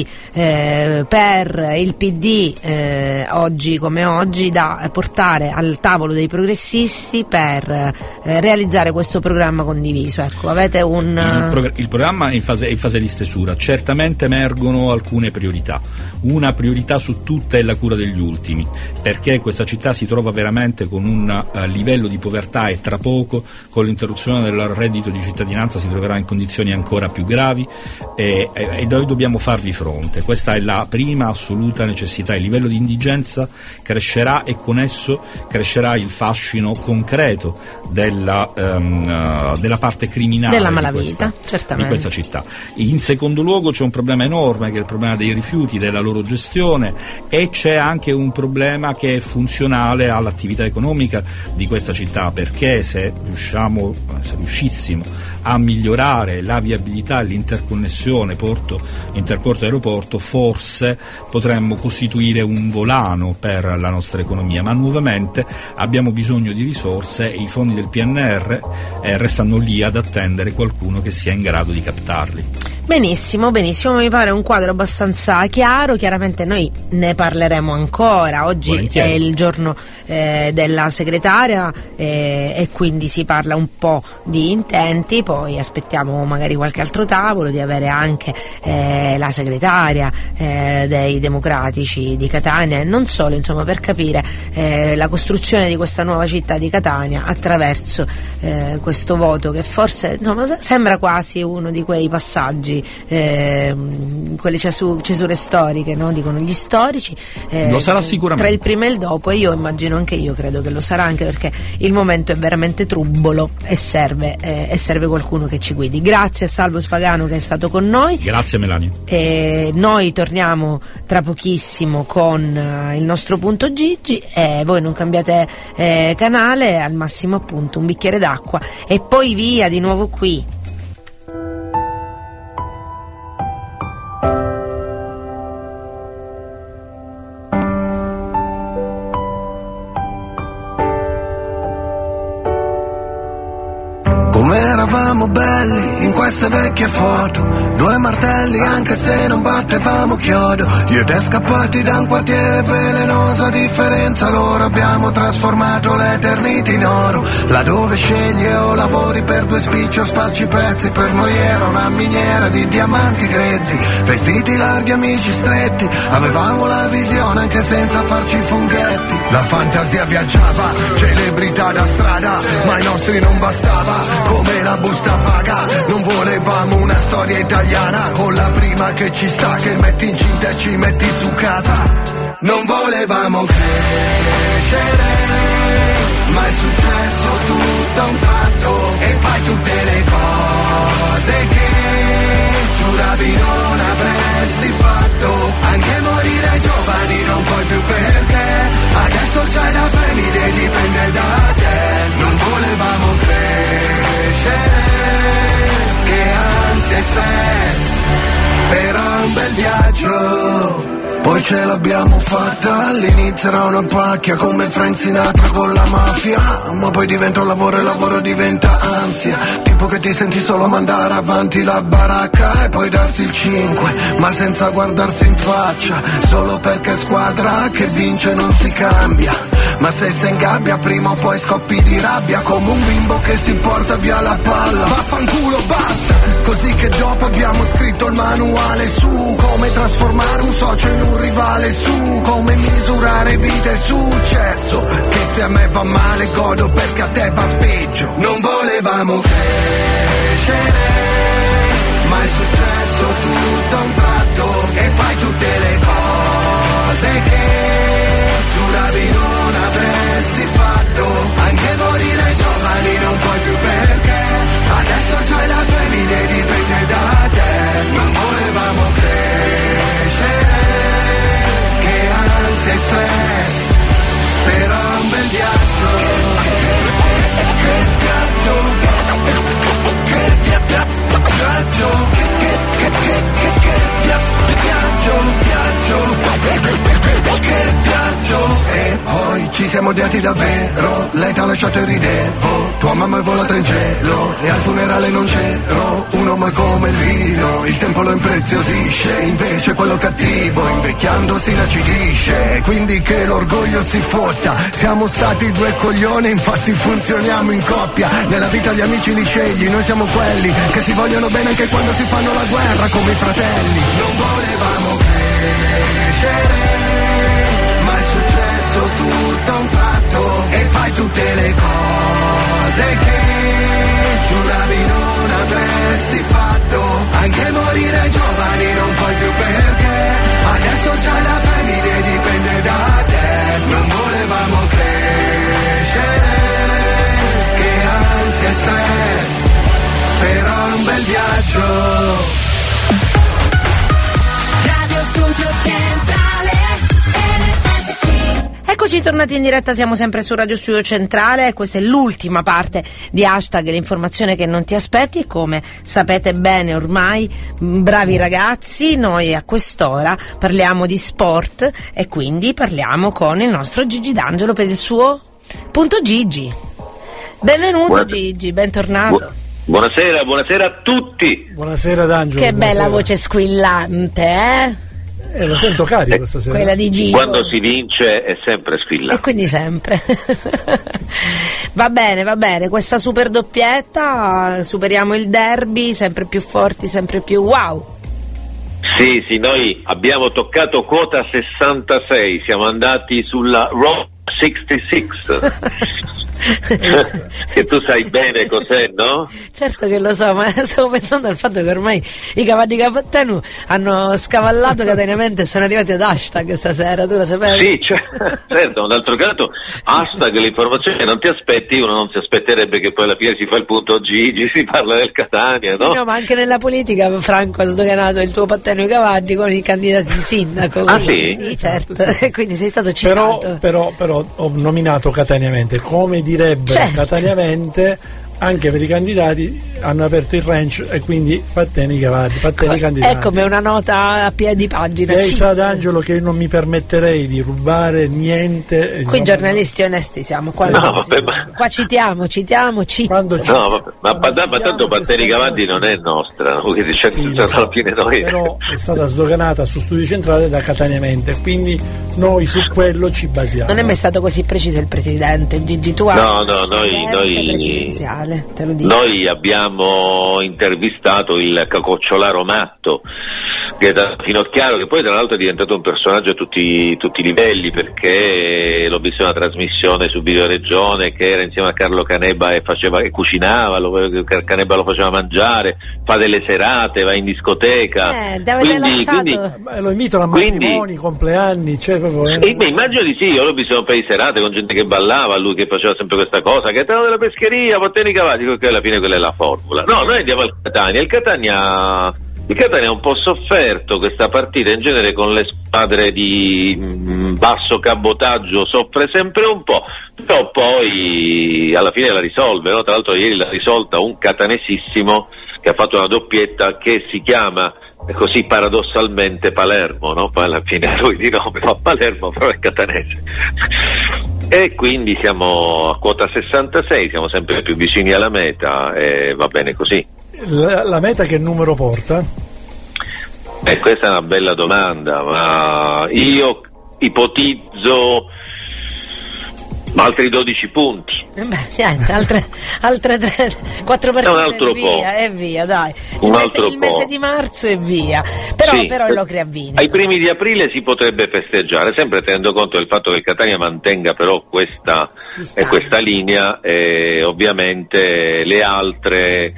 per il PD oggi come oggi da portare al tavolo dei progressisti per realizzare questo programma condiviso? Ecco, avete il programma è in fase di stesura. Certamente emergono alcune priorità. Una priorità su tutte è la cura degli ultimi, perché questa città si trova veramente con un livello di povertà e tra poco con l'interruzione del reddito di cittadinanza si troverà in condizioni ancora più gravi e noi dobbiamo farvi fronte. Questa è la prima assoluta necessità. Il livello di indigenza crescerà e con esso crescerà il fascino concreto della parte criminale della malavita, certamente, di questa città. In secondo luogo c'è un problema enorme che è il problema dei rifiuti, della loro gestione, e c'è anche un problema che è funzionale all'attività economica di questa città, perché se riuscissimo a migliorare la viabilità e l'interconnessione interporto-aeroporto, forse potremmo costituire un volano per la nostra economia, ma nuovamente abbiamo bisogno di risorse e i fondi del PNR restano lì ad attendere qualcuno che sia in grado di captarli. Benissimo, mi pare un quadro abbastanza chiaro. Chiaramente noi ne parleremo ancora. Oggi Volentieri. è il giorno della segretaria e quindi si parla un po' di intenti, poi aspettiamo magari qualche altro tavolo, di avere anche la segretaria dei Democratici di Catania e non solo, insomma, per capire la costruzione di questa nuova città di Catania attraverso questo voto che forse, insomma, sembra quasi uno di quei passaggi oggi quelle cesure storiche, no? Dicono gli storici, lo sarà sicuramente tra il prima e il dopo, e io immagino anche io credo che lo sarà, anche perché il momento è veramente trubbolo e serve qualcuno che ci guidi. Grazie a Salvo Spagano che è stato con noi. Grazie Melania. Noi torniamo tra pochissimo con il nostro punto Gigi, e voi non cambiate canale, al massimo appunto un bicchiere d'acqua e poi via di nuovo qui. Come eravamo belli in queste vecchie foto, 2 martelli anche se non battevamo chiodo. Io e te scappati da un quartiere velenoso, a differenza loro abbiamo trasformato l'eternità in oro. Laddove scegli o lavori per 2 spicci o spacci pezzi, per noi era una miniera di diamanti grezzi. Vestiti larghi, amici stretti, avevamo la visione anche senza farci funghetti. La fantasia viaggiava, celebrità da strada, ma ai nostri non bastava. Come la busta paga, non volevamo una storia italiana, con la prima che ci sta, che metti incinta e ci metti su casa. Non volevamo crescere, ma è successo tutto a un tratto, e fai tutte le cose che giuravi non avresti fatto. Anche morire giovani non puoi più, perché adesso c'hai la famiglia e dipende da te. Non volevamo crescere, che ansia e stress, però è un bel viaggio. Poi ce l'abbiamo fatta, all'inizio era una pacchia come Frank Sinatra con la mafia, ma poi diventa un lavoro e il lavoro diventa ansia, tipo che ti senti solo mandare avanti la baracca e poi darsi il 5, ma senza guardarsi in faccia, solo perché squadra che vince non si cambia, ma se sei in gabbia prima o poi scoppi di rabbia, come un bimbo che si porta via la palla. Vaffanculo, basta, così che dopo abbiamo scritto il manuale su come trasformare un socio in un rivale, su come misurare vita e successo, che se a me va male godo perché a te va peggio. Non volevamo crescere, ma è successo tutto a un tratto, e fai tutte le cose che giuravi non avresti fatto. Anche morire giovani non puoi più, perché adesso c'hai la famiglia e dipende da te. Non volevamo crescere, e stress, però è un bel viaggio. Che viaggio, che viaggio, che viaggio. E poi ci siamo odiati davvero, lei t'ha lasciato e ridevo, tua mamma è volata in cielo e al funerale non c'ero. Un uomo è come il vino, il tempo lo impreziosisce, invece quello cattivo invecchiando si inacidisce, quindi che l'orgoglio si fotta. Siamo stati 2 coglioni, infatti funzioniamo in coppia, nella vita gli amici li scegli, noi siamo quelli che si vogliono bene anche quando si fanno la guerra come i fratelli. Non volevamo crescere, ma è successo tutto a un tratto, e fai tutte le cose che giuravi non avresti fatto. Anche morire giovani non puoi più, perché adesso c'hai la famiglia e dipende da te. Non volevamo crescere, che ansia e stress, però è un bel viaggio. Radio Studio Centrale RSC. Eccoci tornati in diretta, siamo sempre su Radio Studio Centrale, questa è l'ultima parte di Hashtag, l'informazione che non ti aspetti, e come sapete bene ormai, bravi ragazzi, noi a quest'ora parliamo di sport e quindi parliamo con il nostro Gigi D'Angelo per il suo punto Gigi. Benvenuto Gigi, bentornato. Buonasera, buonasera a tutti. Buonasera D'Angelo. Che buonasera. Bella voce squillante, eh? Lo sento carico questa sera. Quella di Gigi. Quando si vince è sempre squillante. E quindi sempre. Va bene, questa super doppietta, superiamo il derby, sempre più forti, sempre più wow. Sì, noi abbiamo toccato quota 66, siamo andati sulla Raw 66. Che tu sai bene cos'è, no? Certo che lo so, ma stavo pensando al fatto che ormai i cavalli Capatenu hanno scavallato catenamente e sono arrivati ad hashtag stasera, tu lo sapevi? Sì, certo, d'altro canto hashtag l'informazione che non ti aspetti, uno non si aspetterebbe che poi alla fine si fa il punto Gigi, si parla del Catania, sì, no? No, ma anche nella politica Franco ha sdoganato il tuo Patteno ai Cavalli con i candidati sindaco. Ah sì? Sì, certo, sì. Quindi sei stato citato. Però ho nominato Cataniamente, come direbbe Cataniamente, anche per i candidati hanno aperto il ranch e quindi Patteni Cavalli, Patteni candidati. È come una nota a piedi pagina. Lei sa D'Angelo che non mi permetterei di rubare niente. Qui giornalisti onesti siamo, qua, qua citiamo. Ma tanto Patteni Cavalli non è nostra, quindi alla fine noi. Però è stata sdoganata su Studio Centrale da Cataniamente, quindi noi su quello ci basiamo. Non è mai stato così preciso il presidente Gigi, tu noi te lo dico. Noi abbiamo intervistato il cacocciolaro matto, che è da Finocchiaro, che poi tra l'altro è diventato un personaggio a tutti i livelli, perché l'ho visto in una trasmissione su Videoregione che era insieme a Carlo Canebba e cucinava, Canebba lo faceva mangiare, fa delle serate, va in discoteca, quindi lo invitano a matrimoni, compleanni, cioè proprio, immagino di sì, io l'ho visto un paio di serate con gente che ballava, lui che faceva sempre questa cosa, che è della pescheria, Patteni Cavalli, perché alla fine quella è la formula. No, noi andiamo al Catania, il Catania è un po' sofferto questa partita, in genere con le squadre di basso cabotaggio soffre sempre un po', però poi alla fine la risolve, no? Tra l'altro ieri l'ha risolta un catanesissimo che ha fatto una doppietta che si chiama così paradossalmente Palermo, no? Poi alla fine lui di nome fa Palermo, però è catanese. E quindi siamo a quota 66, siamo sempre più vicini alla meta e va bene così. La meta che numero porta? Questa è una bella domanda, ma io ipotizzo altri 12 punti. Niente, altre 4 partite e via, dai. Il mese di marzo e via. Però l'Ocri ha vinto. Ai primi di aprile si potrebbe festeggiare, sempre tenendo conto del fatto che il Catania mantenga però questa linea e ovviamente le altre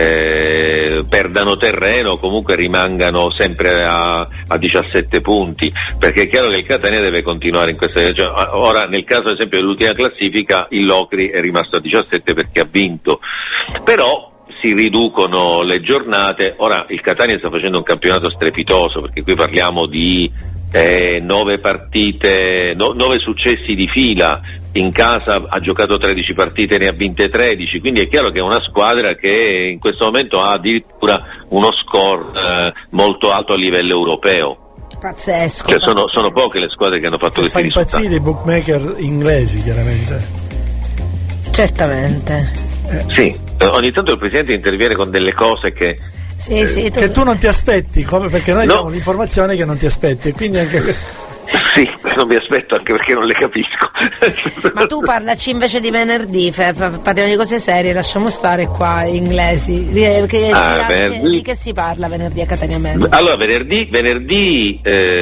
perdano terreno, comunque rimangano sempre a 17 punti, perché è chiaro che il Catania deve continuare in questa ora nel caso ad esempio dell'ultima classifica il Locri è rimasto a 17 perché ha vinto, però si riducono le giornate. Ora il Catania sta facendo un campionato strepitoso, perché qui parliamo di 9 partite, 9 successi di fila, in casa ha giocato 13 partite, ne ha vinte 13, quindi è chiaro che è una squadra che in questo momento ha addirittura uno score molto alto a livello europeo. Pazzesco. Cioè sono poche le squadre che hanno fatto questi risultati. Fa impazzire i bookmaker inglesi, chiaramente. Certamente. Sì, ogni tanto il presidente interviene con delle cose che che tu non ti aspetti, perché noi diamo l'informazione che non ti aspetti, e quindi anche sì, non mi aspetto, anche perché non le capisco. Ma tu parlaci invece di venerdì, parliamo di cose serie, lasciamo stare qua inglesi. Di che si parla venerdì a Catania Meno? Allora venerdì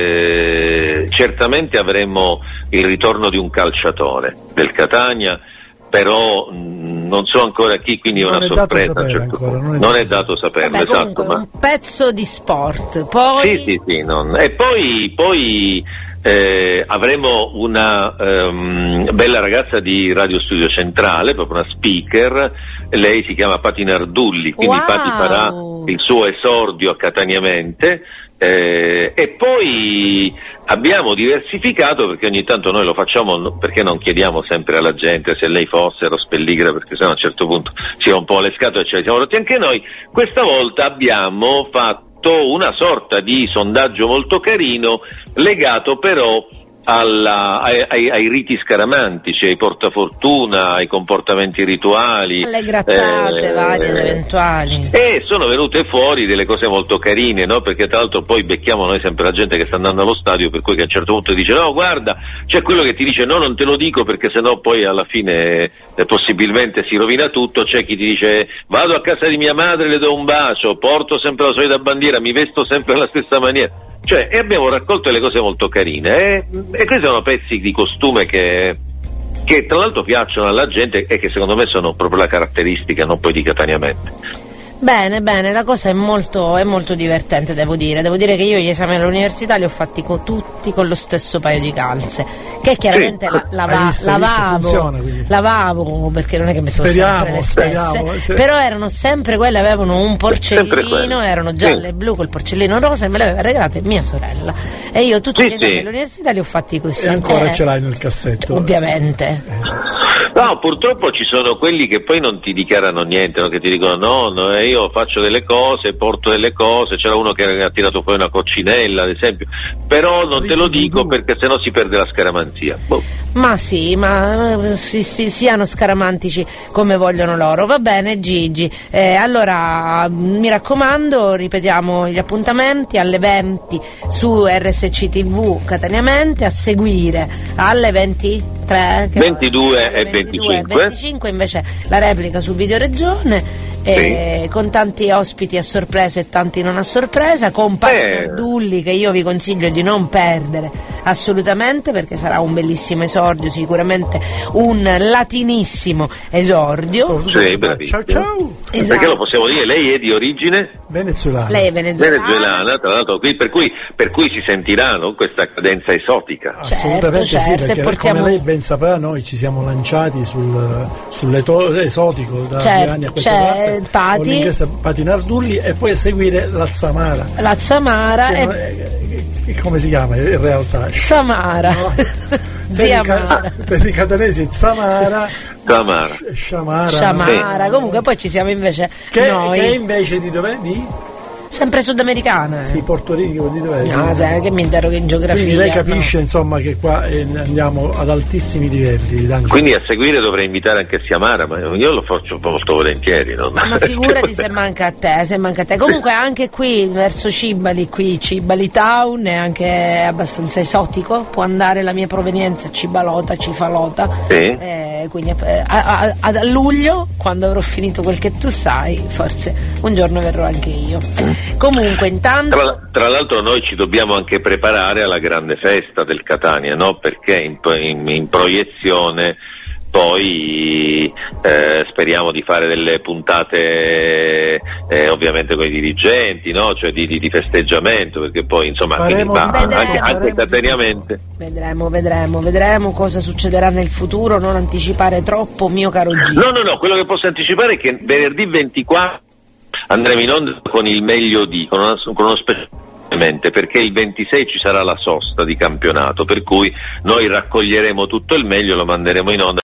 certamente avremo il ritorno di un calciatore del Catania, però non so ancora chi, quindi è una sorpresa. Non è dato saperlo. Vabbè, esatto, ma un pezzo di sport. Poi sì, e poi avremo una bella ragazza di Radio Studio Centrale, proprio una speaker. Lei si chiama Pati Nardulli, quindi Pati farà il suo esordio a Cataniamente. E poi abbiamo diversificato, perché ogni tanto noi lo facciamo, perché non chiediamo sempre alla gente se lei fosse Rospelligra, perché sennò a un certo punto si va un po' alle scatole e ce le siamo rotti anche noi. Questa volta abbiamo fatto una sorta di sondaggio molto carino, legato però ai riti scaramantici, ai portafortuna, ai comportamenti rituali, alle grattate varie ed eventuali, e sono venute fuori delle cose molto carine, no? Perché tra l'altro poi becchiamo noi sempre la gente che sta andando allo stadio, per cui che a un certo punto dice no guarda, c'è quello che ti dice no non te lo dico perché sennò poi alla fine possibilmente si rovina tutto, c'è chi ti dice vado a casa di mia madre, le do un bacio, porto sempre la solita bandiera, mi vesto sempre alla stessa maniera. E abbiamo raccolto delle cose molto carine, e questi sono pezzi di costume che che tra l'altro piacciono alla gente e che secondo me sono proprio la caratteristica, non poi di Catania Mente. Bene, la cosa è molto divertente, devo dire che io gli esami all'università li ho fatti tutti con lo stesso paio di calze, che chiaramente lavavo, perché non è che mettevo sempre le stesse, però erano sempre quelle, avevano un porcellino, erano gialle e blu col porcellino rosa, e me le aveva regalate mia sorella, e io tutti gli esami all'università li ho fatti così. E ancora ce l'hai nel cassetto? Ovviamente. No, purtroppo ci sono quelli che poi non ti dichiarano niente, no? Che ti dicono io faccio delle cose, porto delle cose, c'era uno che ha tirato fuori una coccinella ad esempio, però non te lo dico perché sennò si perde la scaramanzia. Ma sì, siano scaramantici come vogliono loro. Va bene Gigi, allora mi raccomando, ripetiamo gli appuntamenti alle 20 su RSC TV Catania Mente, a seguire alle 23, 22 e 25 invece la replica su Video Regione. Con tanti ospiti a sorpresa e tanti non a sorpresa, con Paolo Nardulli, che io vi consiglio di non perdere assolutamente, perché sarà un bellissimo esordio, sicuramente un latinissimo esordio. Ciao. Esatto. Perché lo possiamo dire, lei è di origine venezuelana. Lei è venezuelana, tra l'altro, per cui si sentirà, no, questa cadenza esotica. Assolutamente sì, perché come lei ben saprà noi ci siamo lanciati sull'esotico da 2 anni a questa parte, con l'inglese Pati Nardulli, e poi a seguire la Zamara. Come si chiama in realtà? Samara. Per i catanesi Zamara. Sciamara. Comunque poi ci siamo invece noi. Che invece di dov'è? Sempre sudamericana. Sì, Porto Rico, di dov'è? No, sai che mi interroghi in geografia. Quindi lei capisce insomma che qua andiamo ad altissimi livelli. Quindi a seguire dovrei invitare anche Siamara, ma io lo faccio molto volentieri. No? Ma figurati se manca a te. Comunque anche qui verso Cibali Town è anche abbastanza esotico, può andare la mia provenienza Cibalota, Cifalota. Quindi a luglio, quando avrò finito quel che tu sai, forse un giorno verrò anche io. Comunque intanto tra l'altro noi ci dobbiamo anche preparare alla grande festa del Catania, no? Perché in proiezione poi speriamo di fare delle puntate ovviamente con i dirigenti, no? Cioè di festeggiamento, perché poi insomma anche cataniamente vedremo cosa succederà nel futuro. Non anticipare troppo, mio caro Gino. No, quello che posso anticipare è che venerdì 24 andremo in onda con il meglio con uno speciale, perché il 26 ci sarà la sosta di campionato, per cui noi raccoglieremo tutto il meglio, lo manderemo in onda.